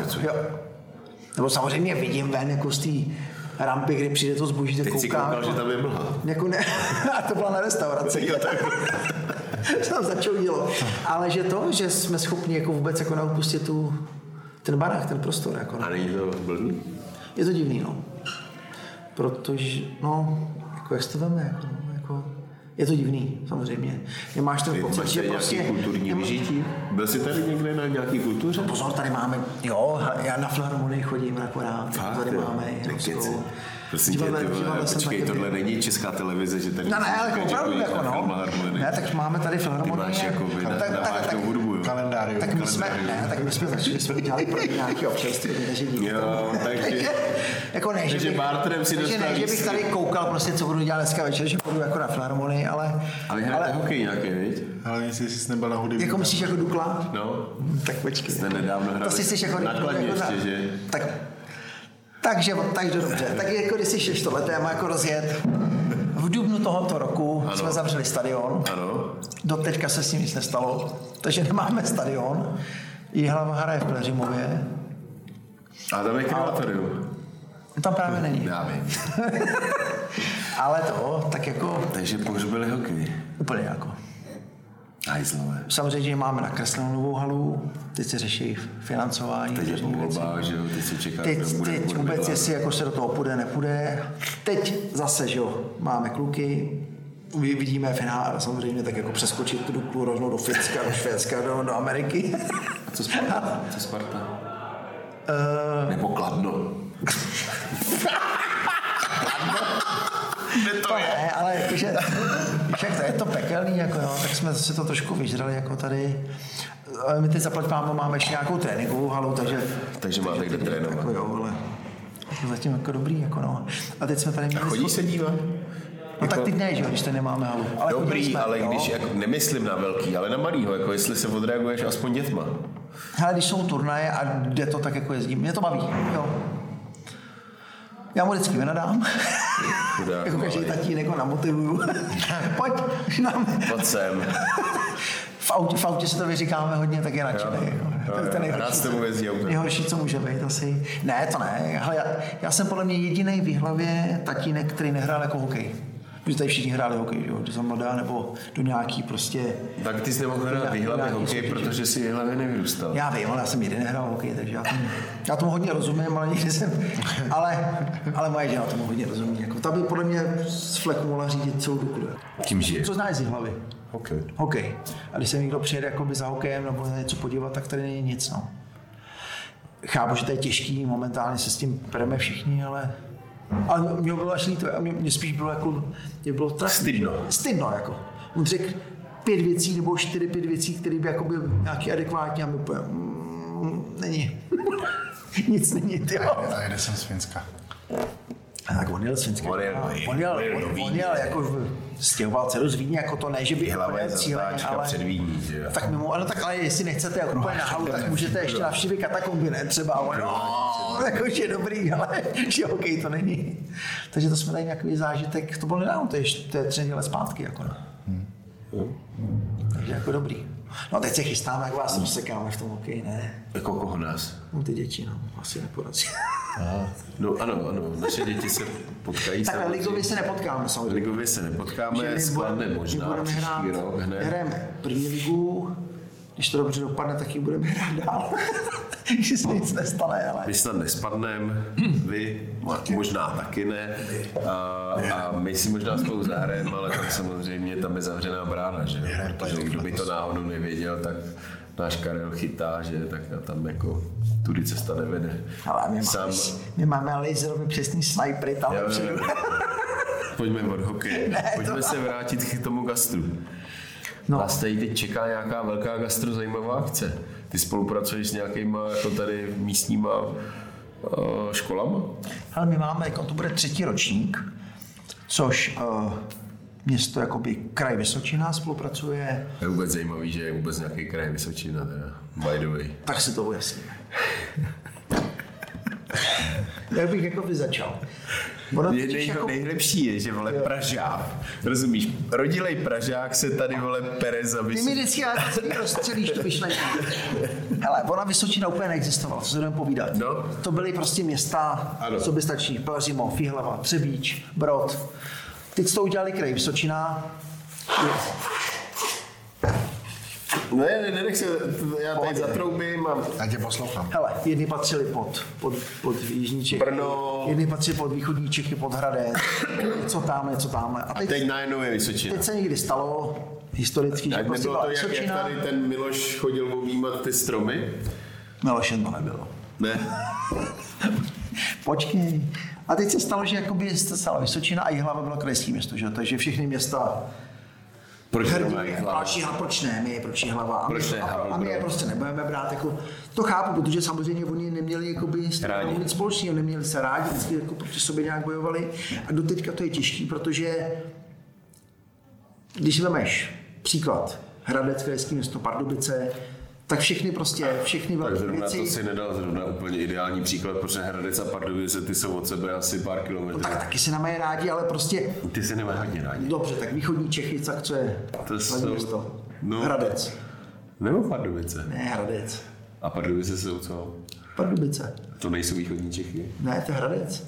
Nebo samozřejmě vidím ven jako z té rampy, kdy přijde to zboží, tak koukám. Teď si koukal, že tam je mlha. Jako ne, a to byla na restauraci. Tam začalo dílo. Ale že to, že jsme schopni jako vůbec jako neupustit tu, ten barák, ten prostor. Jako, a není to blbý? Je to divný, no. Protože, no, jako jak se to veme, jako, jako, je to divný, samozřejmě. Nemáš ten pocit, že prostě... kulturní vyžití? Byl jsi tady někde na nějaký kultuře? No pozor, tady máme, jo, já na Filharmonii chodím akorát, tady jo, máme Jerovskou. Prosím tě, počkej, tohle není česká televize, že tady... No ne, ale opravdu jako no. Ne, tak máme tady Filharmonii. Ty máš jako navážnou hudbu, jo. Kalendárium. Tak my jsme, ne, tak my jsme začali, jsme dělali pro nějaký občanství, takže díky. Jo, takže... Jako ne, že bych, barterem si takže ne, že bych tady koukal prostě, co budu dělat dneska večer, že půjdu jako na Filharmonii, ale... Ale hrajete hokej nějaký, viď? Ale jestli jsi nebyl na hudební. Jako myslíš jako Dukla? No. Tak počkej. Jste nedávno hrali. To si jsi jako... Nakladně ještě, že? Tak... Takže, takže dobře. Tak jako když si šeš tohle téma jako rozjet. V dubnu tohoto roku ano. jsme zavřeli stadion. Ano. Doteďka se s tím nic nestalo, takže nemáme stadion. Jihlava hraje v Pleřimově. A tam je krematorium. Tam právě není. Já vím. Ale to, tak jako... Takže pohřbili hokej. Úplně jako. Hajzlové. Samozřejmě máme nakreslenou novou halu, teď se řeší financování. Teď je po volbách, že jo, teď se čeká, Teď, kdo bude, teď bude vůbec, vládnout. jestli jako se do toho půjde, nepůjde. Teď zase, že jo, máme kluky, vidíme finále, samozřejmě tak jako přeskočit tu Duklu rovnou do Finska, do Švédska, do, do Ameriky. Co Sparta? Co Sparta? Uh, Nebo Kladno. to ne, ale jakože, však to je to pekelný, jako jo, tak jsme si to trošku vyžrali jako tady. My teď zaplať máme, máme ještě nějakou tréninkovou halu, takže... Takže máte kde trénovat. Jako jo, ale to zatím jako dobrý, jako no. A teď jsme tady měli... A chodí se dívat? No tak teď ne, že jo, když tady nemáme halu. Ale Dobrý, jsme, ale jo. když, jako, nemyslím na velký, ale na malýho, jako jestli se odreaguješ aspoň dětma. Hele, když jsou turnaje a jde to tak, jako jezdím, mě to baví, jo. Já mu vždycky vynadám. Chudák, jako každý malej. tatínek ho namotivuju. Pojď, nám. Pojď sem. V autě, v autě si to vyříkáme hodně, tak je nadšený. Jo, Jako. jo, To je to jo. nejhorší, Rád s tebou jezdí autem. nejhorší, co může být asi. Ne, to ne. Hele, já, já jsem podle mě jediný v hlavě tatínek, který nehrál jako hokej. Protože tady všichni hráli hokej, jo, když jsem mladá, nebo do nějaký prostě... Tak ty jsi nemohl hrát v Jihlavě hokej, protože si v Jihlavě nevyrůstal. Já vím, ale já jsem nikdy nehrál hokej, takže já tomu, já tomu hodně rozumím, ale nikdy jsem... Ale, ale moje žena tomu hodně rozumí. Jako, ta by podle mě z fleku mohla řídit celou Duklu. Kým žije? Co znáš z Jihlavy? Hokej. Hokej. A když se někdo přijede jakoby za hokejem nebo na něco podívat, tak tady není nic. No. Chápu, že to je těžký, momentálně se s tím pereme všichni, ale... Ale mě bylo až líto, mě, mě spíš bylo jako... Mě bylo tak... Stydno. Stydno, jako. On řekl pět věcí nebo čtyři, pět věcí, které by jako by nějaký adekvátní a my úplně... Mm, není. Nic není, ty jo. A jede jsem z Finska. A tak on jel z Finska. On jel- on jel, on jel do on, on Vídně. jel jako stěhoval dceru z Vídně, jako to ne, že by Jihlava je cíleně, zatáčka před Vídní, že jo? tak mimo, ale tak ale jestli nechcete jako úplně na halu, tak můžete ještě navštívit katakomby, ne? Třeba, ale no, jakože je dobrý, ale že hokej to není. Takže to jsme tady nějaký zážitek, to bylo nedávno, to je, to je tři neděle zpátky, jako no. Takže jako dobrý. No teď se chystáme, jak vás rozsekáme v tom hokeji, ne? Jako koho nás? No ty děti, no, asi neporadí. No ano, ano, naše děti se potkají. Takhle samozřejmě. ligově se nepotkáme samozřejmě. Ligově se nepotkáme, Že my skladne budeme- možná my budeme příští hrát, rok hned. hrajeme první ligu, když to dobře dopadne, tak ji budeme hrát dál. Když se nic nestane, ale... My snad nespadneme, vy možná taky ne. A, a my si možná spolu zahrajeme, ale tak samozřejmě tam je zavřená brána, že jo? Protože kdo by to náhodou nevěděl, tak náš Karel chytá, že tak a tam jako tudy cesta nevede. Ale my máme, Sám, my máme laserově přesný snipery tam Jo, jo, vepředu. jo. Pojďme od hokeje. Ne, to Pojďme ne. se vrátit k tomu gastru. No. Vás tady teď čeká nějaká velká gastro zajímavá akce. Ty spolupracuješ s nějakýma jako tady místníma uh, školama? Ale my máme, jako to bude třetí ročník, což uh, město, jakoby kraj Vysočina spolupracuje, Je vůbec zajímavý, že je vůbec nějaký kraj Vysočina, teda. By the way. tak si to ujasníme. Jak bych jako by začal. Ono Je totiž nej, jako- nejlepší je, že vole Pražák, rozumíš, rodilej Pražák se tady vole pere za Ty mi Vysočinu. vždycky ale rozstřelíš tu myšlenku. Hele, ona Vysočina úplně neexistovala, co se budeme povídat. No. To byly prostě města, Ano. co by stačí, Pelřimov, Jihlava, Třebíč, Brod. Teď to udělali kraj Vysočina. Ne, ne, nenech se, já tady zatroubím a Já tě poslouchám. Hele, jedny patřily pod, pod, pod Jižní Čechy, Brno. jedny patřily pod východní Čechy, pod Hradec, co tamhle, co tamhle. A teď, teď najednou je Vysočina. teď se někdy stalo historicky, že Tak prostě nebylo byla to, jak, jak Vysočina. tady ten Miloš chodil objímat ty stromy? Milošem to nebylo. Ne. Počkej. A teď se stalo, že jakoby se stala Vysočina a Jihlava bylo krajské město, že? Takže všechny města Proč hrdí, zrovna Jihlava? proč Jihlava, proč ne, my, proč Jihlava. A my, Proč ne, a, a my je proč? prostě nebudeme brát, jako, to chápu, protože samozřejmě oni neměli jakoby Rádi. nic společného, neměli se rádi, vždycky jako proti sobě nějak bojovali a doteďka to je těžký, protože když vemeš příklad Hradec, krajské město Pardubice, Tak všechny prostě, všechny Tak velké zrovna věci. to si nedal zrovna úplně ideální příklad, protože Hradec a Pardubice, ty jsou od sebe asi pár kilometrů. No tak taky se nemají rádi, ale prostě... Ty si nemají hodně rádi. Dobře, tak východní Čechy, tak co je? To jsou- Hlavní město. no. Hradec. Nebo Pardubice. Ne, Hradec. A Pardubice jsou co? Pardubice. To nejsou východní Čechy. Ne, to je Hradec.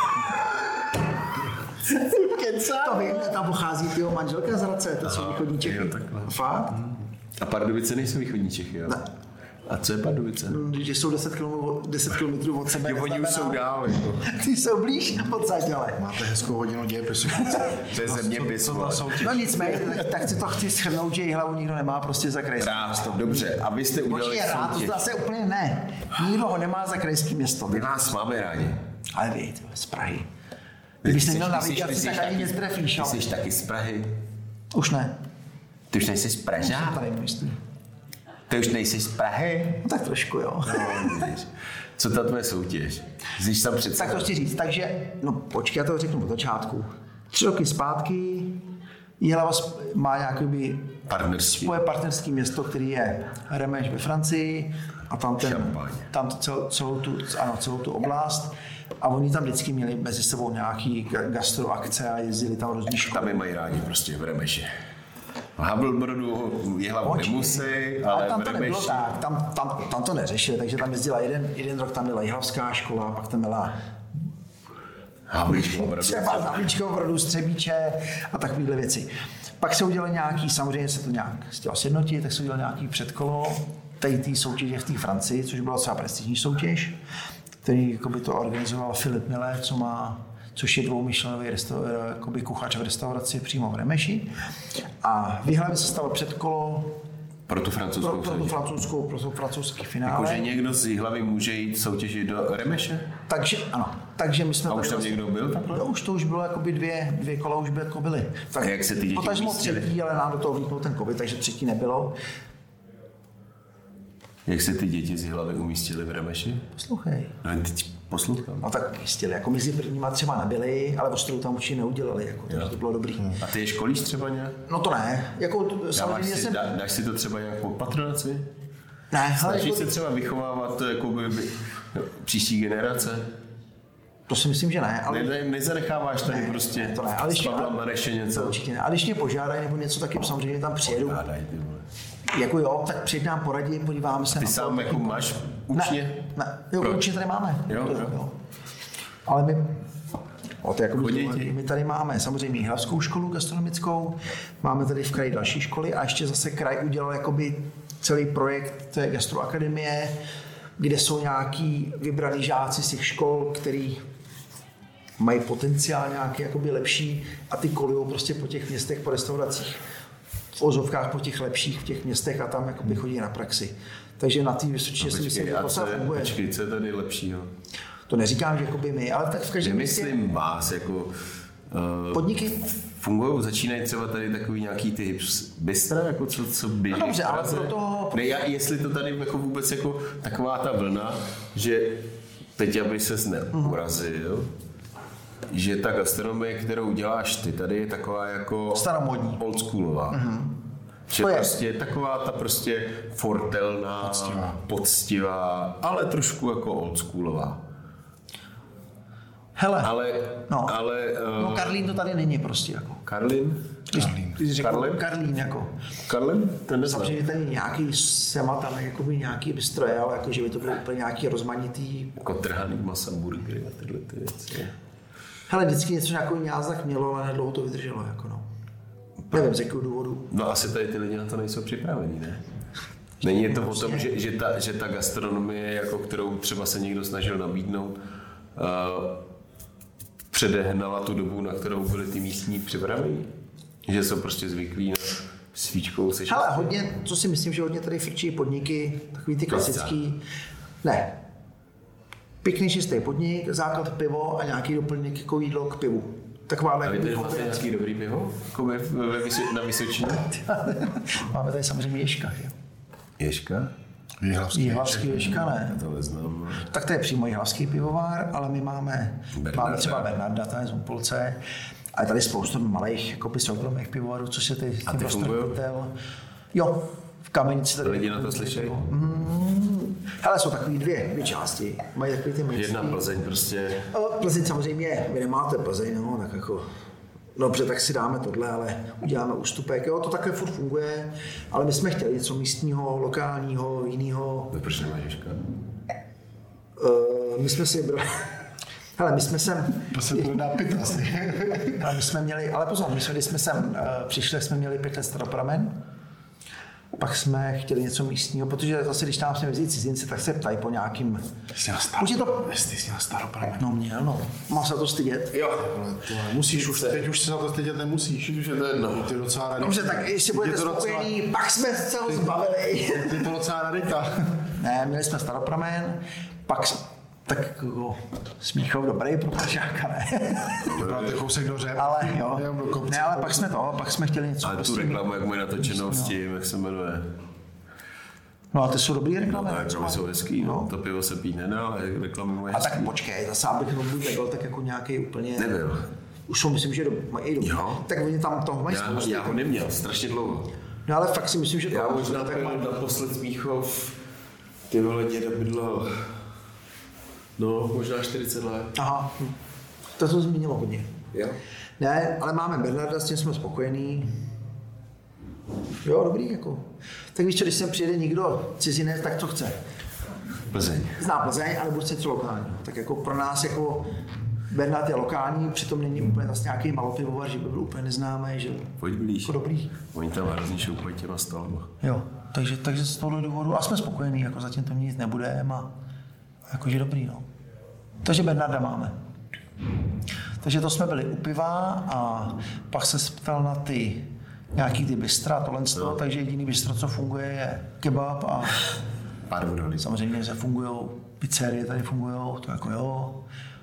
To vím, tam pochází tyho manželka z Hradce, to jsou východní Čechy. jo, takhle. Fakt? A Pardubice nejsou východní Čechy, jo? Ne. A co je Pardubice? Když jsou deset kilometrů od sebe, Jo, oni už neznamená- jsou dál, jako. Ty jsou blíž od Saďale. Máte hezkou hodinu dějepisu. To je zeměpis, Co vole. to soutěž? No nicméně, tak, tak si to chci shrnout, že hlavu nikdo nemá prostě za krajský Rád, dobře. A vy jste udělali Počkej, rád, to soutěž. zase úplně ne. Nikdo ho nemá za krajský město. My vás máme rádi. Ale vy, ty vole, z Prahy. Kdybych Ty neměl jsi- na ty jsi- vidět, ty si jsi tak ani taky- nestrefíš, Ty ale jsi taky z Prahy. už ne. Ty už nejsi z Pražáka. Tady myslí. Ty už nejsi z Prahy. No tak trošku, jo. No, vidíš. Co ta tvoje soutěž? Jsi tam přece. Tak to chci říct, takže, no počkej, já to řeknu od začátku. Tři roky zpátky Jihlava má nějaký Partnerství. svoje partnerské město, který je Remeš ve Francii a tam, ten, Šampaň. tam cel, celou, tu, ano, celou tu oblast a oni tam vždycky měli mezi sebou nějaký ga- gastroakce a jezdili tam různý školy. Tam je mají rádi prostě v Remeši. V Havelbrodu Jihlavu Počkej. nemusí, ale, ale tam v to nebylo Remeši. tak, tam, tam, tam to neřešili, takže tam jezdila jeden, jeden rok, tam byla jihlavská škola, pak tam byla Havlíčkova Brodu. třeba Havlíčkova Brodu, Střebíče a takovéhle věci. Pak se udělali nějaký, samozřejmě se to nějak chtělo sjednotit, tak se udělal nějaký předkolo tady té soutěže v té Francii, což byla docela prestižní soutěž, který jakoby to organizoval Filip Miller, co má, což je dvoumyšlenový restau- kuchař v restauraci přímo v Remeši. A v Jihlavě se stalo předkolo Pro tu francouzskou pro, pro tu soutěž. francouzskou, pro to francouzský finále. Jakože někdo z Jihlavy může jít soutěžit do Remeše? Takže ano, takže my jsme A už tady tam někdo byl takhle? No, už to už bylo jakoby dvě, dvě kola už by jako byly. A jak se ty děti Potažmo umístily? třetí, ale nám do toho vlítnul ten covid, takže třetí nebylo. Jak se ty děti z Jihlavy umístily v Remeši? Poslouchej. No jen teď poslouchám. No tak umístili, jako mezi prvníma třeba nebyli, ale ostrou tam určitě neudělali, jako, takže to bylo dobrý. Hmm. A ty je školíš třeba nějak? No to ne, jako to- Dáváš samozřejmě si, jsem... dá, dáš si to třeba nějak pod patronaci? Ne, ale Snažíš jako, se třeba vychovávat jakoby, by, no, příští generace? to si myslím, že ne, ale... Ne, ne, nezanecháváš tady Ne, prostě to ne, ale s ještě- Pavlem Mareše To něco? určitě ne. A když mě požádají nebo něco, tak jim samozřejmě tam přijedu. Hádaj, ty vole. Jako jo, tak přijď nám poradit, podíváme se Ty na to. sám jako máš učně? Ne, ne. Jo, Proč? určitě tady máme. Jo, To- jo. Ale my, o, to jako Chodí my tady máme samozřejmě Jihlavskou školu gastronomickou, máme tady v kraji další školy a ještě zase kraj udělal jakoby celý projekt té gastroakademie, kde jsou nějaký vybraný žáci z těch škol, který mají potenciál nějaký jakoby lepší a ty kolujou prostě po těch městech, po restauracích, v ozovkách po těch lepších v těch městech a tam jakoby chodí na praxi. Takže na té vysočině si myslím, že a to co se je, funguje. počkej, co je tady lepšího? To neříkám, že jakoby my, ale tak v každém městě Nemyslím vás, jako... Uh, podniky. Fungují, začínají třeba tady takový nějaký ty hips bystra, jako co, co běží No dobře, v ale Praze? proto- Ne, já, jestli to tady jako vůbec jako taková ta vlna, že teď, aby ses neurazil, že ta gastronomie, kterou děláš ty, tady je taková jako Staromódní. oldschoolová. Že To je. prostě je taková ta prostě fortelná, Poctivá. poctivá, ale trošku jako oldschoolová. Hele, Ale, No. ale no uh, Karlín to tady není prostě jako. Karlin? Karlín. Ty jsi řekl Karlín? Karlín jako. Karlin? Ten neznám. Samozřejmě tady nějaký sema, tam je jakoby nějaký bystroje, ale jako, že by to bylo úplně nějaký rozmanitý. Jako trhaný masa, burgery a tyhle ty věci. Hele, vždycky něco nějaký náznak mělo, ale nedlouho to vydrželo, jako no. Nevím, z jakého důvodu. No asi tady ty lidi na to nejsou připravení, ne? Není to o tom, že, že, ta, že ta gastronomie, jako kterou třeba se někdo snažil nabídnout, uh, předehnala tu dobu, na kterou byli ty místní připravení? Že jsou prostě zvyklí na svíčkou se Hele, hodně, co si myslím, že hodně tady fikčí podniky, takový ty klasický. Ne. Pěkný čistý podnik, základ pivo a nějaký doplněk jako jídlo k pivu. Taková A vy tady máte nějaký dobrý pivo? Jako ve, ve, Vyso- na Vysočině? Máme tady samozřejmě Ježka, že? Ježka? Jihlavský. Jihlavský Ježka ne. To neznám. Tak to je přímo jihlavský pivovár, ale my máme, Bernarda. máme třeba Bernarda, ta je z Humpolce. A je tady spoustu malých, jakoby soukromých pivovarů, což je tady s A tím ty fungujou? Rostropitel. Jo, v Kamenici tady. Lidi na to slyšejí? Mm, hele, jsou takový dvě, dvě části. Mají takový ty menší. Jedna Plzeň prostě. Plzeň samozřejmě, vy nemáte Plzeň, no, tak jako dobře, tak si dáme tohle, ale uděláme ústupek. Jo, to takhle furt funguje, ale my jsme chtěli něco místního, lokálního, jiného. Proč nemáš Ježka? Uh, my jsme si brali... Hele, my jsme sem... To se to dá pět asi. Ale my jsme měli, ale pozor, my jsme, když jsme sem uh, přišli, jsme měli pět let Staropramen, pak jsme chtěli něco místního, protože zase, když tam jsme vzít cizinci, tak se ptají po nějakým... Jsi na staro, to... jsi na Staropramen. No měl, no. Má se to stydět? Jo. Musíš už, teď už se na to stydět nemusíš. Už je to jedno. Ty docela rarita. Dobře, tak jestli budete spokojený, docela... pak jsme se ho zbavili. Ty to docela rarita. Ne, měli jsme Staropramen, pak tak jako Smíchov dobrý pro pražáka, ne? Máte kousek do řep. Ale jo, ne, ale pak jsme to, pak jsme chtěli něco. Ale tu reklamu, jak mají natočenou s tím, jak se jmenuje. No a ty jsou dobrý reklamy. No, reklamy jsou hezký, no. To pivo se pít nedá, ale reklamy mají hezký. A tak počkej, zase abych nový nebyl, tak jako nějaký úplně... Nebyl. Už jsou, myslím, že do, mají dobrý. Jo. Tak oni tam toho mají spoustu. Já ho neměl, strašně dlouho. No ale fakt si myslím, že to... Já možná tak mám naposled Smíchov, ty vole, děda bydlel. No, možná čtyřicet let. Aha, hm. To se změnilo hodně. Jo? Ne, ale máme Bernarda, s tím jsme spokojení. Jo, dobrý, jako. Tak víš co, když sem přijede někdo cizinec, tak co chce? Plzeň. Zná Plzeň, ale bude se něco lokální. Tak jako pro nás jako Bernard je lokální, přitom není úplně zase nějaký malopivovar, že by byl úplně neznámý, že pojď blíž. Jako dobrý. Oni tam hrozně šoupají těma stolama. Jo, takže, takže z tohohle důvodu, a jsme spokojení, jako zatím to nic nebude a jakože dobrý, no. Takže Bernarda máme. Takže to jsme byli u piva a pak se ptal na ty nějaký ty bystra, tohle no. Takže jediný bystro, co funguje, je kebab a Pardon, samozřejmě se fungujou, pizzerie tady fungujou, to jako jo.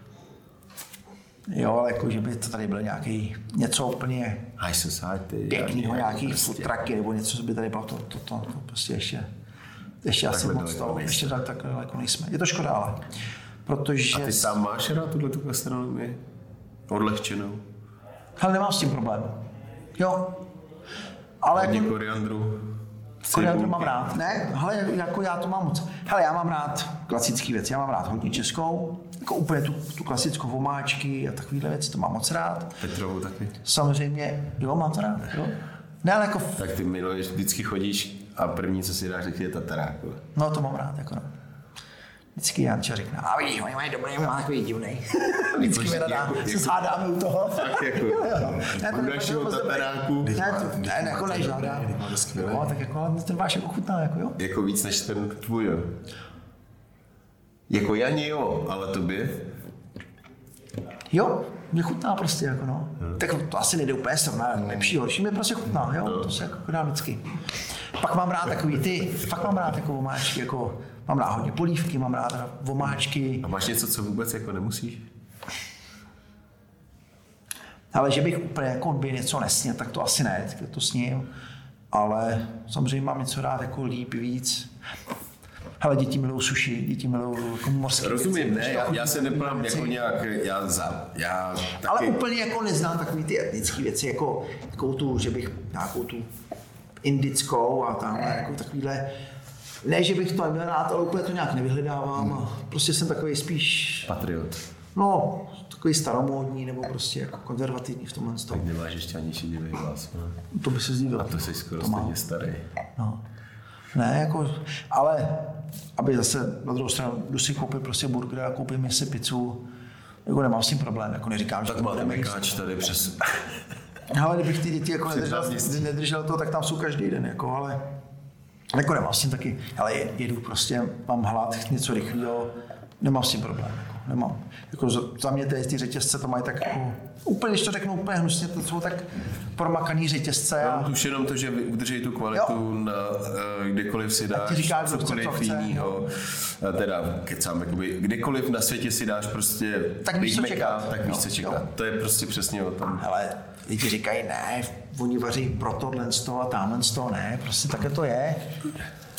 Jo, ale jako, že by to tady byl nějaký něco úplně high society, pěknýho, nějaký prostě. Food trucky nebo něco, co by tady bylo, to, to, to, to prostě ještě, ještě asi moc toho, ještě tak, tak daleko nejsme. Je to škoda, ale protože... A ty sám máš rád tuhle tu gastronomii? Odlehčenou? Ale nemám s tím problém. Jo. Ale hodně jako... koriandru. Koriandru mám rád. Ne, hele, jako já to mám moc. Hele, já mám rád klasické věci. Já mám rád hodně českou, jako úplně tu, tu klasickou vomáčky a takovýhle věci, to mám moc rád. Petrovou taky? Samozřejmě, jo, mám to rád, jo. Ne, ale jako... Tak ty miluješ, vždycky chodíš a první, co si dáš, tak je tatarák. No, to mám rád, jako no. Vždycky Janča řekne, a vidíš, oni mají dobrý, oni mají takový divnej. Vždycky mi nadá, se zhádáme u toho. Tak jako, u našeho tataráku. Ne, to, ne, jako nežádám. Jo, tak jako ten váš jako chutná, jako jo. Jako víc než ten tvůj, jo. Jako Jani, jo, ale tobě? Jo, mě chutná prostě, jako no. Hmm. Tak to asi nejde úplně srovnat, lepší, horší, mě prostě chutná, jo, to se jako dá vždycky. Pak mám rád takový ty, fakt mám rád jako vomáčky, jako mám rád hodně polívky, mám rád vomáčky. A máš něco, co vůbec jako nemusíš? Ale že bych úplně jako by něco nesněl, tak to asi ne, tak to sním. Ale samozřejmě mám něco rád jako líp víc. Hele, děti milují sushi, děti milují jako morské rozumím, věci. ne, já, já se nepám jako nějak, já za, já taky. Ale úplně jako neznám takový ty etnické věci, jako takovou tu, že bych nějakou tu indickou a tam jako takovýhle. Ne, že bych to neměl rád, ale úplně to nějak nevyhledávám a prostě jsem takový spíš... Patriot. No, takový staromódní nebo prostě jako konzervativní v tomhle stavu. Tak nemáš ještě ani šedivý hlas, no. To by se zdívilo. A to jsi skoro to stejně starý. No. Ne, jako, ale aby zase na druhou stranu, jdu si koupit prostě burger a koupím si pizzu, jako nemám s tím problém, jako neříkám, tak že... máte mekáč tady přes... Ale kdybych ty děti jako nedržel, nedržel to, tak tam jsou každý den, jako, ale... Jako nemám s tím taky, ale jedu prostě, mám hlad, něco rychlého, nemám s tím problém, jako, nemám. Jako za mě ty řetězce to mají tak jako, úplně, když to řeknu úplně hnusně, to jsou tak promakaný řetězce. A... No, už jenom to, že udrží tu kvalitu jo. Na kdekoliv si dáš říká, cokoliv jinýho, teda kecám, jakoby, kdekoliv na světě si dáš prostě tak víš, co čekat. Tak víš, co čekat. To je prostě přesně o tom. Hele, lidi říkají, ne, oni vaří pro tohle z toho a tamhle z toho, ne, prostě také to je.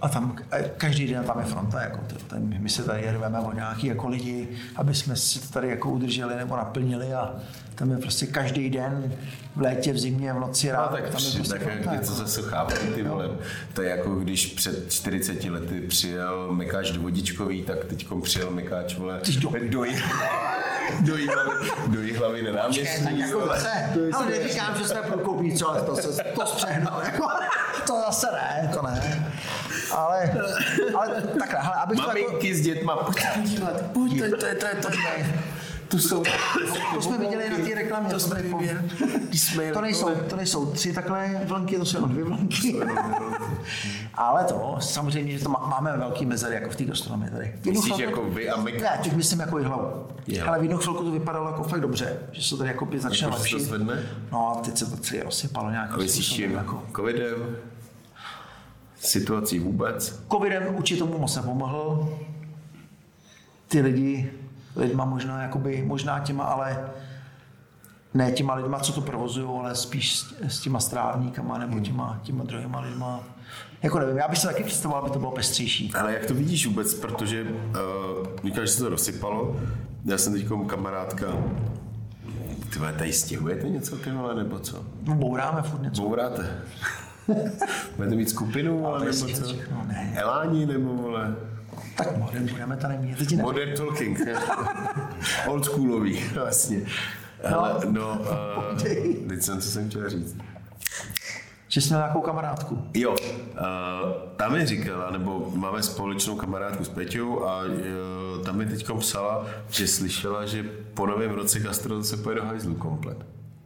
A tam každý den tam je fronta, jako to, ten, my se tady rveme o nějaký jako lidi, aby jsme si to tady jako udrželi nebo naplnili a tam je prostě každý den v létě, v zimě, v noci rád. No, tak tam je prostě tak fronta, něco jako. zase chápu, ty vole. To je jako když před čtyřiceti lety přijel mekáč do Vodičkový, tak teďkom přijel mekáč, vole, do, do, do Jihlavy, do Jihlavy na náměstí. Ale neříkám, že jsme průkopníci, ale to, se, to zpřehnal, jako, to zase ne, to ne. Ale, ale takhle, hele, abych to jako... Maminky s dětma, pojďte podívat, pojďte, to je to, je to, to jsou, to jsme viděli na té reklamě. To jsme viděli. To nejsou, to nejsou tři takhle vlnky, to jsou jenom dvě vlnky. Ale to, samozřejmě, že to má, máme velký mezery jako v té gastronomii tady. Myslíš jako vy a my? Ne, teď myslím jako Jihlavu. Ale v jednu chvilku to vypadalo jako fakt dobře, že se tady jako by začne lepší. Jako, to zvedne? No a teď se to celé rozsypalo nějak. A myslíš čím? Jako... Covidem? Situací vůbec? Covidem určitě tomu moc nepomohl. Ty lidi, lidma možná, jakoby, možná těma, ale ne těma lidma, co to provozují, ale spíš s, s těma strávníkama nebo těma, těma druhýma lidma. Jako nevím, já bych se taky představoval, aby to bylo pestřejší. Ale jak to vidíš vůbec, protože uh, říkáš, že se to rozsypalo, já jsem teď kamarádka, ty vole, tady stěhujete něco, ty vole, nebo co? No bouráme furt něco. Bouráte? Budete mít skupinu, ale nebo co? No, ne. Elání, nebo vole? Tak modern budeme tady mít. Modern talking. Old schoolový, vlastně. No, ale, no uh, teď jsem, co jsem chtěl říct. Že jsi měl nějakou kamarádku. Jo, uh, tam mi říkala, nebo máme společnou kamarádku s Peťou a uh, tam mi teďkom psala, že slyšela, že po novém roce gastro se pojede do hajzlu komplet.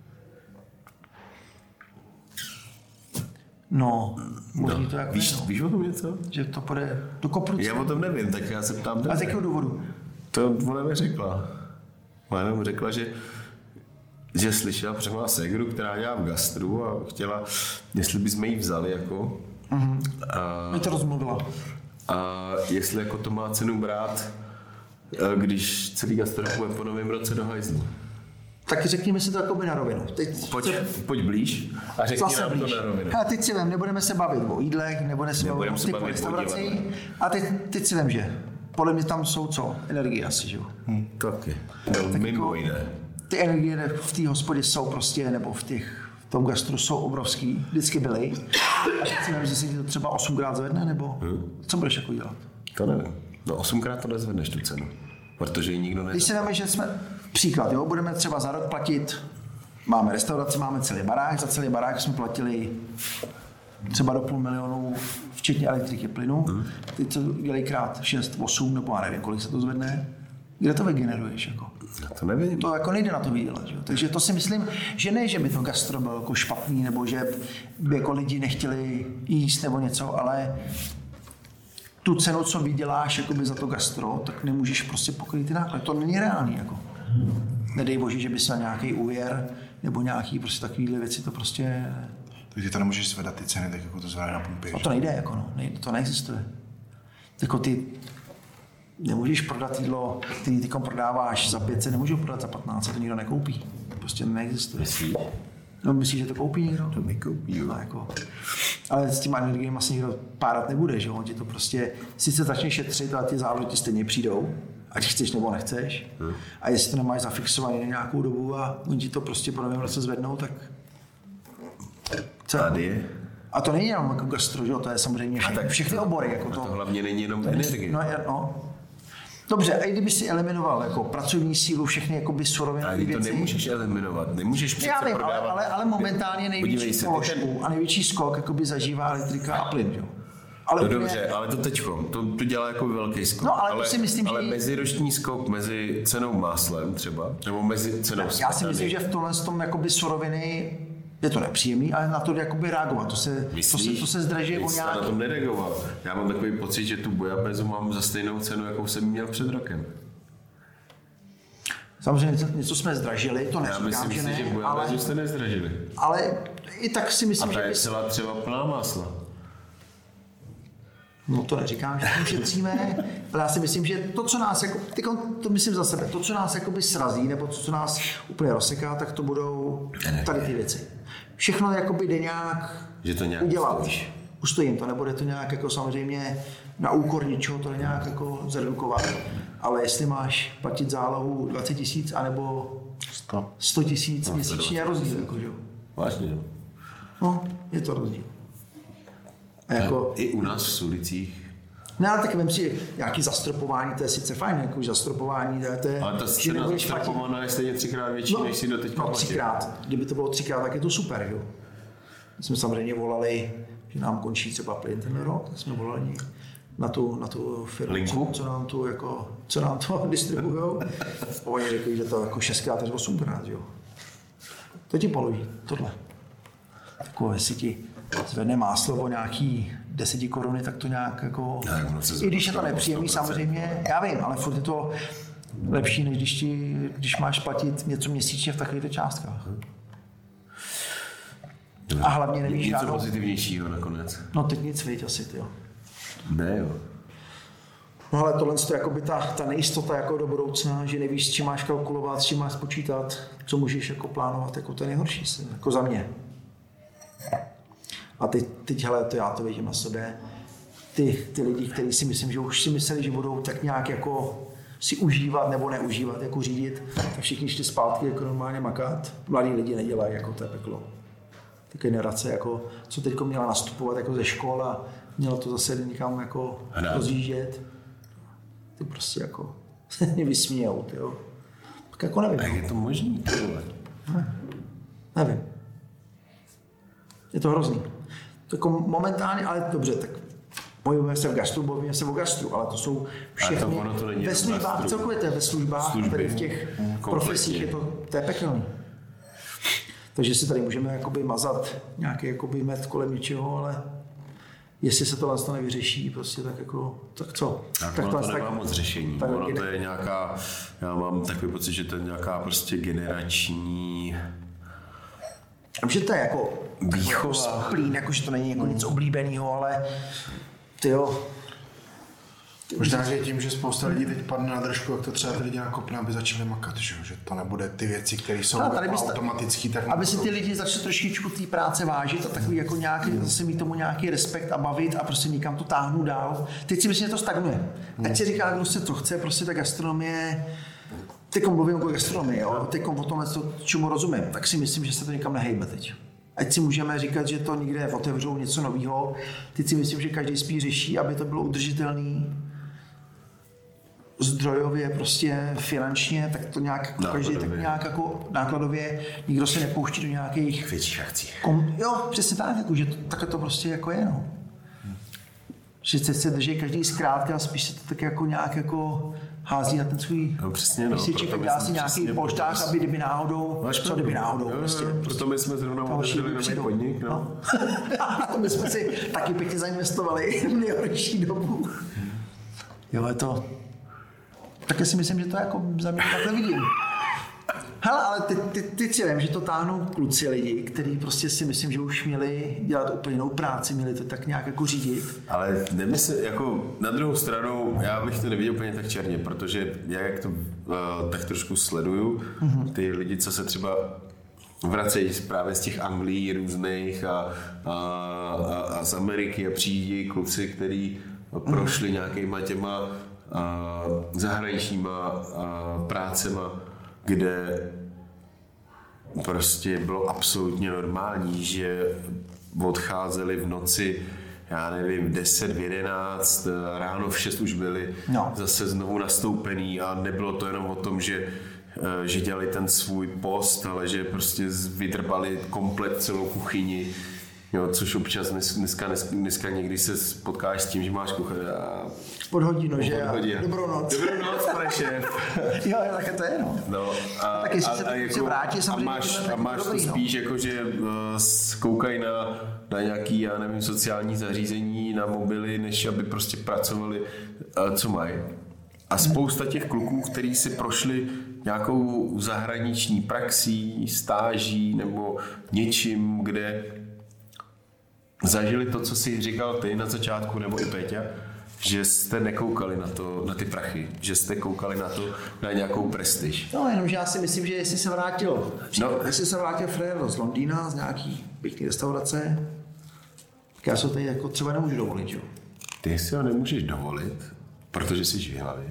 No, možný no, to jako víš, no. víš o tom něco? Že to půjde do kopruce. Já o tom nevím, tak já se ptám. A z jakého důvodu? To ona neřekla. Ona jenom řekla, že že slyšela, protože má ségru, která dělá v gastru a chtěla, jestli bychom ji vzali jako. Mm-hmm. A, mi to rozmluvila. A jestli jako to má cenu brát, když celý gastro půjde po novém roce do hajzlu. Tak řekněme si to jako by na rovinu. Teď pojď, se... pojď blíž a řekni nám blíž. To na rovinu. A teď si vem, nebudeme se bavit o jídlech, nebudeme se bavit o typu restaurací. A teď, teď si vem, že podle mě tam jsou co? Energie asi, že jo? Hmm. Taky. No, tak mimo jiné. Jako, ty energie v té hospodě jsou prostě, nebo v, těch, v tom gastru jsou obrovský, vždycky byly. A teď si vem, že si to třeba osmkrát zvedne, nebo hmm. co budeš jako dělat? To nevím. No osmkrát to nezvedneš tu cenu, protože ji nikdo nedá. Když si veme, že jsme, příklad, jo, budeme třeba za rok platit, máme restauraci, máme celý barák, za celý barák jsme platili třeba do půl milionu, včetně elektriky, plynu. Hmm. Teď to dělají krát šest, osm, nebo já nevím, kolik se to zvedne. Kde to vygeneruješ? Jako? Já to nevím. To jako nejde na to vydělat. Že? Takže to si myslím, že ne, že by to gastro bylo jako špatný, nebo že by jako lidi nechtěli jíst nebo něco, ale tu cenu, co vyděláš jakoby za to gastro, tak nemůžeš prostě pokrýt ty náklady. To není reálný. Jako. Nedej bože, že bys měl nějaký úvěr nebo nějaký prostě takovýhle věci, to prostě... Takže to nemůžeš zvedat ty ceny, tak jako to zvedají na pumpě. No to nejde, jako no. nejde, to neexistuje. Jako ty nemůžeš prodat jídlo, který ty prodáváš za pět set, nemůžu prodat za patnáct, to nikdo nekoupí. Prostě neexistuje. Myslíš? No myslíš, že to koupí někdo? To nekoupí, jo. No, jako. Ale s těma energiemi asi nikdo párat nebude, že on ti to prostě, sice začne šetřit, ale ty závody ti stejně přijdou, ať chceš nebo nechceš. Hmm. A jestli to nemáš zafixovaný na nějakou dobu a oni ti to prostě po novém roce zvednou, tak... Tady je. A to není jenom jako gastro, že? To je samozřejmě všechny, všechny obory. Jako to, to hlavně není jenom energie. No, no. Dobře, a kdyby si eliminoval jako pracovní sílu, všechny jakoby surovinové věci... Ale to nemůžeš eliminovat, nemůžeš přece Já vím, prodávat. Ale, ale, ale momentálně největší položku a největší skok jakoby zažívá elektrika a plyn, jo? Ale no dobře, ale to teďko, to, to dělá jako velký skok. No, ale, ale to si myslím, ale že... meziroční skok mezi cenou máslem třeba, nebo mezi cenou Já, já si myslím, že v tomhle tom jakoby suroviny je to nepříjemný, ale na to jakoby reagovat. To se, to se, to se zdraží o nějaký... na tom nereagoval. Já mám takový pocit, že tu bojabezu mám za stejnou cenu, jakou jsem měl před rokem. Samozřejmě něco, něco jsme zdražili, to neříkám, Já myslím že si, ne, že bojabezu jste nezdražili. Ale i tak si myslím, a že... A ta je bys... celá třeba plná másla. No to neříkám, že tím šetříme, ale já si myslím, že to, co nás, jako, tyko, to myslím za sebe, to, co nás jakoby srazí, nebo to, co nás úplně rozseká, tak to budou tady ty věci. Všechno jakoby jde nějak, že to nějak udělat. Stojíš. ustojí jim to, nebude to nějak jako samozřejmě na úkor něčeho, to nějak jako zredukovat, ale jestli máš platit zálohu dvacet tisíc anebo sto tisíc no, měsíčně je rozdíl, jako, že jo. Vážně, jo. No, je to rozdíl. A jako, i u nás v Sulicích. Ne, ale tak vem si nějaký zastropování, to je sice fajn, jako zastropování, to je... Ale ta cena zastropovaná je stejně třikrát větší, no, než si do teďka no, třikrát. Kdyby to bylo třikrát, tak je to super, jo. My jsme samozřejmě volali, že nám končí třeba plyn ten rok, tak jsme volali na tu, na tu firmu, co, co nám tu jako, co nám to distribujou. Oni řekli, že to jako šestkrát až osmkrát, jo. To ti položí, tohle. Takové, jestli ti zvedne máslo o nějaký deseti koruny, tak to nějak jako... Ne, i když je to nepříjemný, samozřejmě, já vím, ale furt je to lepší, než když, ti, když máš platit něco měsíčně v takovýchto částkách. A hlavně nevíš něco žádnou... pozitivnějšího nakonec. No teď nic, víš, asi, ty jo. Ne, jo. No ale tohle je jakoby ta, ta nejistota jako do budoucna, že nevíš, s čím máš kalkulovat, s čím máš spočítat, co můžeš jako plánovat, jako to je nejhorší, jako za mě. A teď, teď hele, to já to vidím na sobě, ty, ty lidi, kteří si myslím, že už si mysleli, že budou tak nějak jako si užívat nebo neužívat, jako řídit, tak všichni šli zpátky jako normálně makat. Mladí lidi nedělají, jako to je peklo. Ta generace, jako, co teď měla nastupovat jako ze škol a mělo to zase někam jako rozjíždět. Ty prostě jako mě vysmějou, jo. Tak jako nevím. Jak je to možný, tohle? Ne, nevím. Je to hrozný. To jako momentálně, ale dobře, tak bojujeme se v gastru, bojujeme se o gastru, ale to jsou všechny to, to ve službách, celkově to je ve službách, služby, tady v těch profesích je to, to je pekelný. Takže si tady můžeme jakoby mazat nějaký jakoby med kolem něčeho, ale jestli se tohle to nevyřeší, prostě tak jako, tak co? Tak, tak ono to tak, nemá moc řešení. Tak, ono to je nějaká, já mám takový pocit, že to je nějaká prostě generační... Že to je jako výchova. Splín, jako že to není jako nic oblíbeného, ale tyjo. Možná, že tím, že spousta lidí teď padne na držku, jak to třeba ty lidi nakopne, aby začali makat, že, že to nebude ty věci, které jsou jako automatické. Tak aby si ty lidi začali trošičku té práce vážit a takový jako nějaký, zase mít tomu nějaký respekt a bavit a prostě někam to táhnout dál. Teď si myslím, že to stagnuje. Ať si říká, kdo se to chce, prostě ta gastronomie, teď mluvím o gastronomii, jo, teď o tomhle, čemu rozumím, tak si myslím, že se to někam nehejme teď. Ať si můžeme říkat, že to někde otevřou něco nového, teď si myslím, že každý spíš řeší, aby to bylo udržitelný, zdrojově, prostě finančně, tak to nějak každý tak nějak jako nákladově, nikdo se nepouští do nějakých větších akcí. Kom, jo, přesně tak, jako, že to, takhle to prostě jako je, no. Že se, se drží každý zkrátka a spíš se to tak jako nějak jako hází na ten svůj no, přesně, no, píseček, dá si nějaký polštář, aby kdyby náhodou, Máš co kdyby náhodou, jo, prostě. Jo, proto my jsme zrovna otevřeli nový podnik, no. no. My jsme si taky pěkně zainvestovali v nejhorší dobu. Jo, je to... Tak si myslím, že to jako za mě takhle vidím. Hele, ale ty, ty, ty si vím, že to táhnou kluci lidi, kteří prostě si myslím, že už měli dělat úplně jinou práci, měli to tak nějak jako řídit. Ale nemysl, jako na druhou stranu, já bych to neviděl úplně tak černě, protože já jak to uh, tak trošku sleduju, mm-hmm. ty lidi, co se třeba vracejí právě z těch Anglií různých a, a, a, a z Ameriky a přijíždějí kluci, kteří prošli mm-hmm. nějakýma těma a zahraničníma a prácema, kde prostě bylo absolutně normální, že odcházeli v noci, já nevím, deset, v jedenáct, ráno v šest už byli no. zase znovu nastoupený a nebylo to jenom o tom, že, že dělali ten svůj post, ale že prostě vydrbali komplet celou kuchyni. Jo, což občas dneska, dneska, dneska někdy se potkáš s tím, že máš kuchaře a... Podhodí nože podhodí. a dobrou noc. Dobrou noc, pane šéf. Jo, také to je, no. no a, a tak jestli a, se a, jako, vrátí, a máš, a máš dobrý, to spíš no. jako, že uh, koukají na, na nějaký, já nevím, sociální zařízení, na mobily, než aby prostě pracovali, uh, co mají. A spousta těch kluků, kteří si prošli nějakou zahraniční praxí, stáží nebo něčím, kde zažili to, co jsi říkal ty na začátku, nebo i Péťa, že jste nekoukali na to, na ty prachy, že jste koukali na to, na nějakou prestiž. No, jenomže já si myslím, že jestli se vrátil, no. jestli se vrátil Frér z Londýna, z nějaký pěkný restaurace, Já se to tady jako třeba nemůžu dovolit, jo? Ty si ho nemůžeš dovolit, protože jsi v hlavě.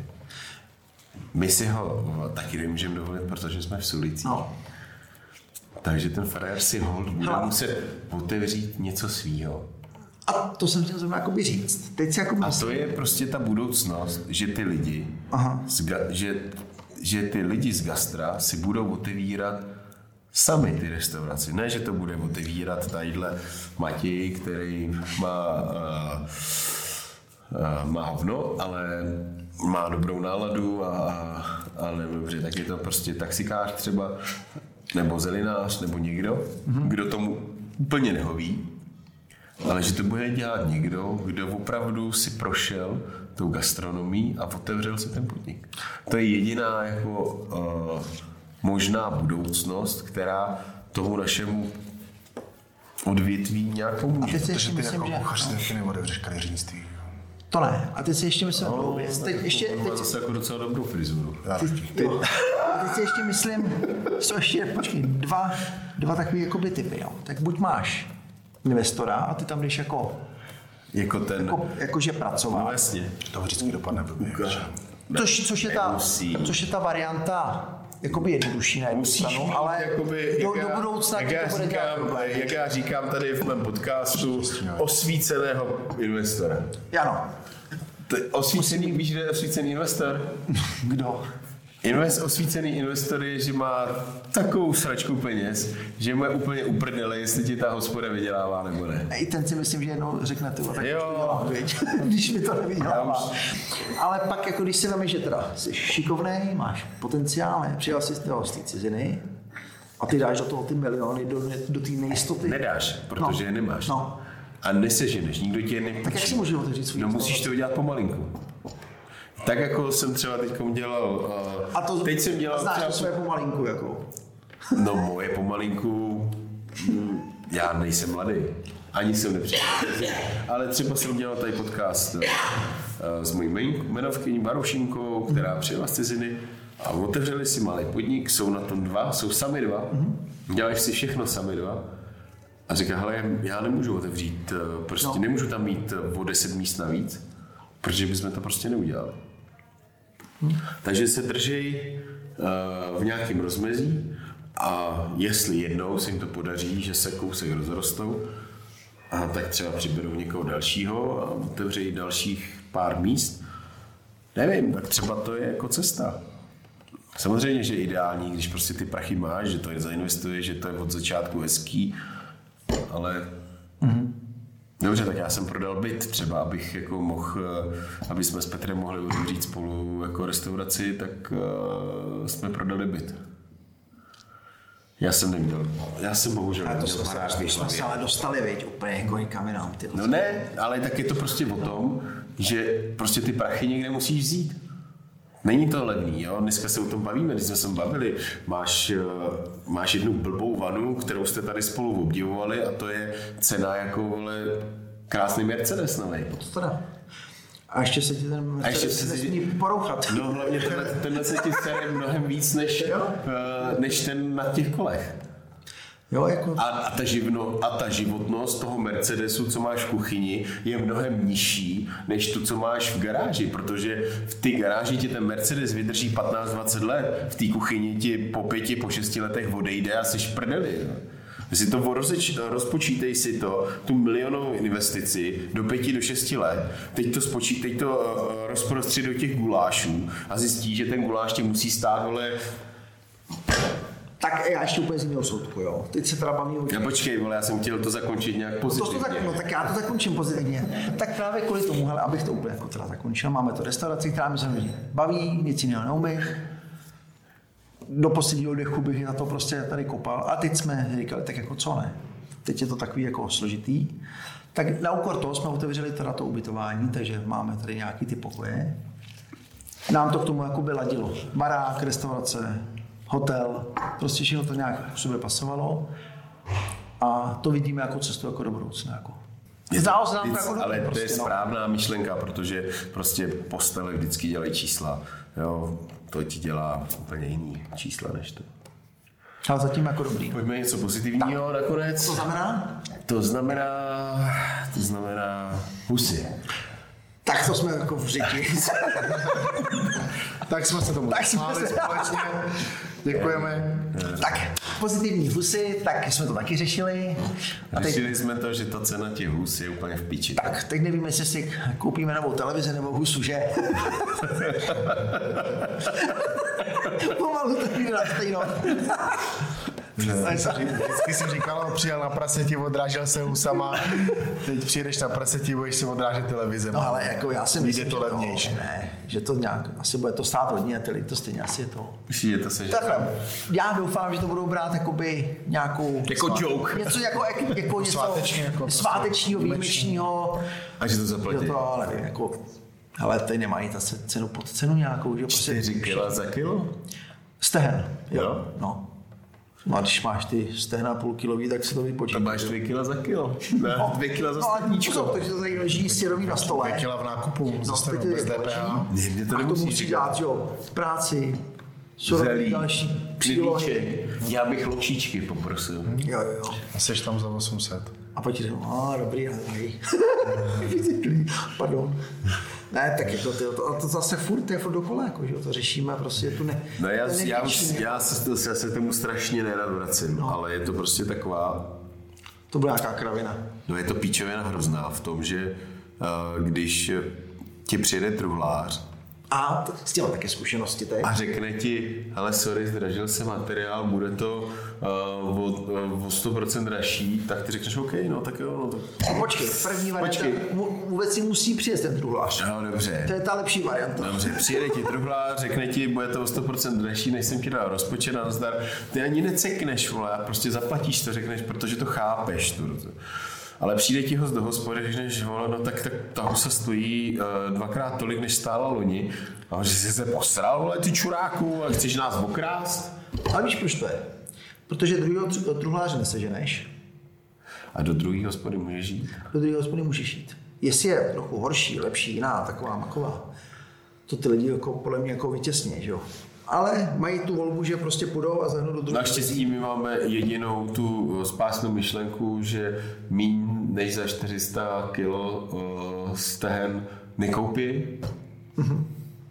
My si ho taky nemůžeme dovolit, protože jsme v Sulicích. No. Takže ten frajer si hold bude Hele. muset otevřít něco svýho. A to jsem chtěl zrovna jakoby říct. Teď si jako A to je prostě ta budoucnost, že ty lidi, Aha. z ga, že, že ty lidi z gastra si budou otevírat sami ty restauraci. Ne, že to bude otevírat tadyhle Matěj, který má, uh, uh, má hovno, ale má dobrou náladu a, a nevím, tak je to prostě taxikář třeba, nebo zelinář, nebo někdo, mm-hmm. kdo tomu úplně nehoví, ale že to bude dělat někdo, kdo opravdu si prošel tou gastronomií a otevřel si ten podnik. To je jediná jako uh, možná budoucnost, která tomu našemu odvětví nějak pomůže. A teď si Protože ještě ty myslím, jako že... kuchař si taky neotevřeš kadeřnictví. To ne. A teď si ještě myslím, No, věc. Teď ještě... on má Teď, zase jako docela dobrou frizuru. teď, jo. A teď si ještě myslím, jsou ještě, počkej, dva, dva takový jakoby typy, jo. Tak buď máš investora a ty tam jdeš jako, Jako ten... jako jakože No pracovat. jasně. To vždycky dopadne blbě. Což, což, je ta, Nemusí. což je ta varianta jakoby jednodušší na jednu Musíš stranu, mít, ale jakoby, do, jak do já- budoucna jak ti já to bude dělat říkám, problém. jak já říkám tady v mém podcastu, osvíceného investora. Ano. To je Osvícený, víš, že je osvícený investor? Kdo? Invest, osvícený investor je, že má takovou sračku peněz, že mu je úplně uprdele, jestli ti ta hospoda vydělává nebo ne. I ten si myslím, že jednou řekne ty, tak Jo. to dělám, viď? Když mi to Já nevydělává. už- Ale pak, jako když si vemeš, že teda jsi šikovnej, máš potenciál, ne? Přijel jsi z toho z té ciziny a ty dáš do toho ty miliony, do, do té nejistoty. Nedáš, protože No. je nemáš. No. A neseženeš, nikdo ti je nepůjčí. Tak jak si můžeš otevřít svůj No musíš restauraci? to udělat pomalinku. Tak jako jsem třeba teď dělal, uh, A to teď jsem dělal znáš třeba, to své pomalinku, jako. no moje pomalinku, mm, já nejsem mladý, ani jsem nepřišel, ale třeba jsem dělal tady podcast uh, s mojí jmenovkyní Marušinkou, která přijela z ciziny a otevřeli si malý podnik, jsou na tom dva, jsou sami dva, mm-hmm. dělají si všechno sami dva. A říká, hele, já nemůžu otevřít, prostě No. nemůžu tam mít o deset míst navíc, protože bychom to prostě neudělali. Hmm. Takže se držej uh, v nějakém rozmezí a jestli jednou se jim to podaří, že se kousek rozrostou, a tak třeba přiberou někoho dalšího a otevřejí dalších pár míst. Nevím, tak třeba to je jako cesta. Samozřejmě, že je ideální, když prostě ty prachy máš, že to je zainvestuješ, že to je od začátku hezký, ale mm-hmm. dobře, tak já jsem prodal byt třeba, abych jako mohl, aby jsme s Petrem mohli otevřít spolu jako restauraci, tak uh, jsme prodali byt. Já jsem neměl, já jsem bohužel Ale to neměl jsme se, baráž v jsme se hlavě. ale dostali, viď, úplně jako někam jinam. Ty. No ne, ale tak je to prostě o tom, že prostě ty prachy někde musíš vzít. Není to levný, jo? Dneska se o tom bavíme, když jsme se bavili. Máš, uh, máš jednu blbou vanu, kterou jste tady spolu obdivovali a to je cena jako vole, krásný Mercedes novej. To teda. A ještě se ti ten A ještě Mercedes se ti- nesmí porouchat. No hlavně tenhle, tenhle se ti sere mnohem víc než, Jo. uh, než ten na těch kolech. Jo, jako... A, a, ta živno, a ta životnost toho Mercedesu, co máš v kuchyni, je mnohem nižší, než tu, co máš v garáži, protože v té garáži ti ten Mercedes vydrží patnáct dvacet let, v té kuchyni ti po pěti, po šesti letech odejde a jsi prdeli. No. Si to rozeč, rozpočítej si to, tu milionovou investici do pěti, do šesti let, teď to, spočí, teď to uh, rozprostři do těch gulášů a zjistí, že ten guláš tě musí stát, vole, Tak já ještě úplně z jiného soudku, jo. Teď se teda bavím o já počkej, vole, já jsem chtěl to zakončit nějak To, to pozitivně. tak, no, tak já to zakončím pozitivně. Tak právě kvůli tomu, hele, abych to úplně jako teda zakončil, máme to restauraci, která mi se baví, nic jiného neumí. Do posledního dechu bych na to prostě tady kopal. A teď jsme říkali, tak jako co ne. Teď je to takový jako složitý. Tak na úkor toho jsme otevřeli teda to ubytování, takže máme tady nějaký ty pokoje. Nám to k tomu jako by ladilo. Barák, restaurace, hotel, prostě všechno to nějak k sobě pasovalo. A to vidíme jako cestu jako do budoucna. Jako. Zdálo se nám to jako ale dobrý to je prostě, no. správná myšlenka, protože prostě postele vždycky dělají čísla. Jo, to ti dělá úplně jiný čísla než to. Ale zatím jako dobrý. Pojďme něco pozitivního tak. nakonec. Co znamená? To znamená, to znamená husy. Tak to jsme jako v řiti. Tak jsme se tomu tak jsme se společně. Děkujeme. Tak, pozitivní husy, tak jsme to taky řešili. A teď... Řešili jsme to, že ta cena těch hus je úplně v piči. Tak, teď nevím, jestli si koupíme novou televizi nebo husu, že? Pomalu to jde na stejno. Vždycky jsem říkal, přijel na praseti, odrážel se husama, teď přijdeš na praseti, budeš si odrážet televize. No ale jako já si myslím, to levnější. Ne, že to nějak, asi bude to stát hodně a to stejně asi je to. Myslíš, že to se Takhle, já doufám, že to budou brát jakoby nějakou... Jako svá... joke. Něco jako, jako něco Svátečně, jako svátečního, výjimečního. A že to zaplatí. Jo, to, ale nevím, jako... Ale tady nemají ta cenu pod cenu nějakou, že? čtyři kila za kilo? Stehen, jo. jo. No. No a když máš ty stehna půl kilový, tak se to vypočítá. To máš dvě kila za kilo. Ne, no, dvě kila za no, stehníčko. Takže to tady leží syrový na stole. Dvě kila v nákupu, no, za stehnu, bez D P H. Ne, mě to a nemusí musí říkat. dát, jo, práci, surový další přílohy. Já bych ločičky poprosil. Jo, jo, jo. A seš tam za osm set. A pak ti řeknu, a dobrý, ale pardon. Ne, tak jako to, to, to zase furt je furt dokola, jako, že to řešíme, prostě tu ne. No já, já, už, já, se, já se tomu strašně nerad vracím, no. Ale je to prostě taková... To byla nějaká kravina. No je to píčovina hrozná v tom, že uh, když ti přijede truhlář a to, s těma také zkušenosti teď. A řekne ti, hele sorry, zdražil se materiál, bude to uh, o, o sto procent dražší, tak ty řekneš OK, no tak jo. No, tak... Počkej, první varianta, vůbec si musí přijet ten truhlář. No dobře. To je ta lepší varianta. Dobře, přijede ti truhlář, řekne ti, bude to o sto procent dražší, než jsem ti dal rozpočet na nazdar. Ty ani necekneš, vole, prostě zaplatíš to, řekneš, protože to chápeš. To, to. Ale přijde ti host do hospody, řekneš, vole, no tak, tak ta husa stojí uh, dvakrát tolik, než stála loni. A že jsi se posral, vole, ty čuráku, a chceš nás okrást? Ale víš, proč to je? Protože druhého truhláře neseženeš. A do druhé hospody můžeš jít? Do druhé hospody můžeš jít. Jestli je trochu horší, lepší, jiná, taková maková, to ty lidi jako, podle mě jako vytěsní, že jo? Ale mají tu volbu, že prostě půjdou a zahnou do druhé. Naštěstí my máme jedinou tu spásnou myšlenku, že míň než za čtyři sta kilo uh, stehen nekoupí. Mm-hmm.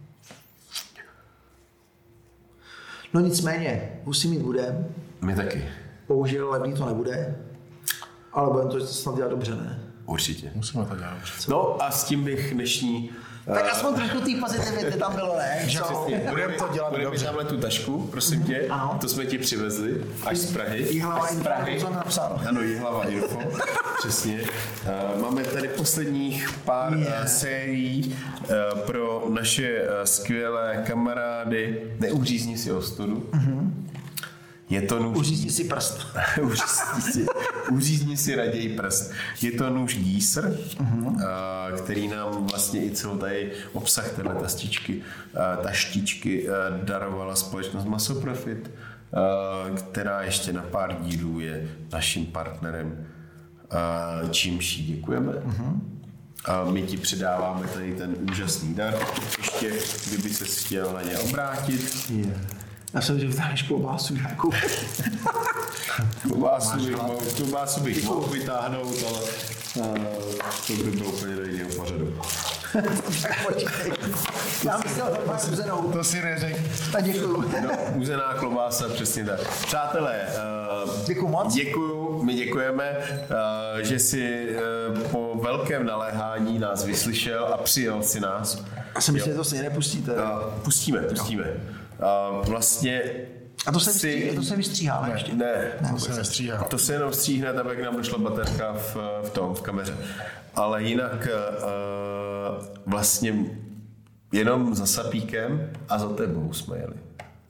No nicméně, husy mít budem. My taky. Bohužel levný to nebude, ale budeme to snad dělat dobře, ne? Určitě. Musíme to dělat dobře. No a s tím bych dnešní... Tak aspoň trošku té pozitivity tam bylo, ne? Budeme to dělat budeme dobře. Budeme tu tašku, prosím tě. Ano. To jsme ti přivezli až z Prahy. Jihlava až z Prahy. Info, napsal. Ano, Jihlava Info. Přesně. Uh, máme tady posledních pár yeah. uh, sérií uh, pro naše uh, skvělé kamarády. Neuřízni si ostudu. Mm-hmm. Je to nůž... Uřízni si prst. uřízni, si, uřízni si raději prst. Je to nůž Gieser, uh-huh. který nám vlastně i celou tady obsah téhle taštičky, taštičky darovala společnost Masoprofit, která ještě na pár dílů je naším partnerem, čímž jí děkujeme. Uh-huh. A my ti předáváme tady ten úžasný dar. Ještě, kdyby se chtěl na ně obrátit. Yeah. Já jsem, že vytáhneš klobásu nějakou. klobásu, bych mohl, klobásu bych mohl vytáhnout, ale uh, to by bylo úplně do jiného pořadu. Tak počkej. Já myslel, že máš uzenou. To si neřek. Tak děkuju. No, uzená klobása, přesně tak. Přátelé, uh, děkuju moc. Děkuju, my děkujeme, uh, že jsi uh, po velkém naléhání nás vyslyšel a přijel si nás. Já jsem myslel, že to si nepustíte. Uh, pustíme, pustíme. Uh, vlastně a to se, si... vystříhá, to se vystříhá, ne? Ještě? Ne, ne to se nestříhá. To se jenom stříhne, tak jak nám došla baterka v, v tom, v kameře. Ale jinak uh, vlastně jenom za Sapíkem a za tebou jsme jeli.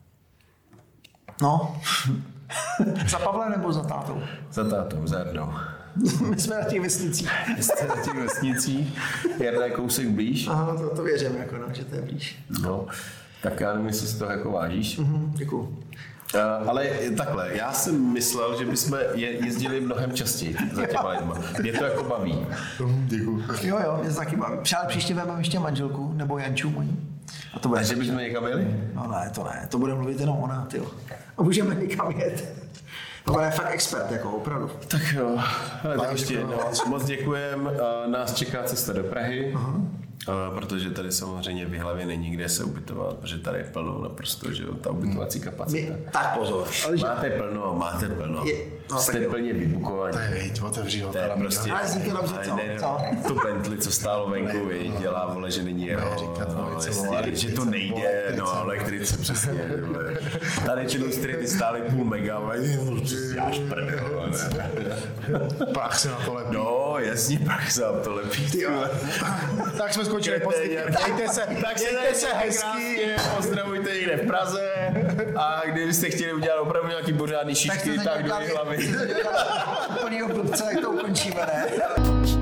No. Za Pavlem nebo za tátou? Za tátou, za Jardou. My jsme na těch vesnicích. Jste na těch vesnicích. Jarda je kousek blíž. Aha, to, to věřím, jako no, že to je blíž. No, tak já nevím, jestli si toho jako vážíš. Mm-hmm, děkuju. Uh, ale takhle, já jsem myslel, že bychom je, jezdili mnohem častěji za těma lidma. Mě to jako baví. Děkuju. Jo, jo, mě to taky baví. Přáli příště vezmeme ještě manželku, nebo Janču mojí. A to bude Takže bychom někam jeli? No ne, to ne, to bude mluvit jenom ona, tyjo. A můžeme někam jet. To bude fakt expert, jako opravdu. Tak jo, ale tak ještě jednou moc děkujem. Nás čeká cesta do Prahy, uh-huh. protože tady samozřejmě v Jihlavě není kde se ubytovat, protože tady je plno naprosto, že jo, ta ubytovací kapacita. My, tak pozor. Máte plno, máte plno. Je, no, jste plně vybukovaní. To je viď, otevří ho. To je prostě, ale zíky dobře, co? Ne, co? Tu Bentley, co stálo venku, viď, dělá, vole, že není jeho, no, že to nejde, no, elektrice přesně. Tady ty lustry, ty stály půl mega, jáš prdel. Prach se na to lepí. No, jasně, prach se na to lepí. Tak jsme skončili později. Dejte se, tak dejte se hezky. Pozdravujte někde v Praze a kdybyste chtěli udělat opravdu nějaký pořádný šišky, tak do Jihlavy. Úplnýho blbce, jak to ukončíme, ne?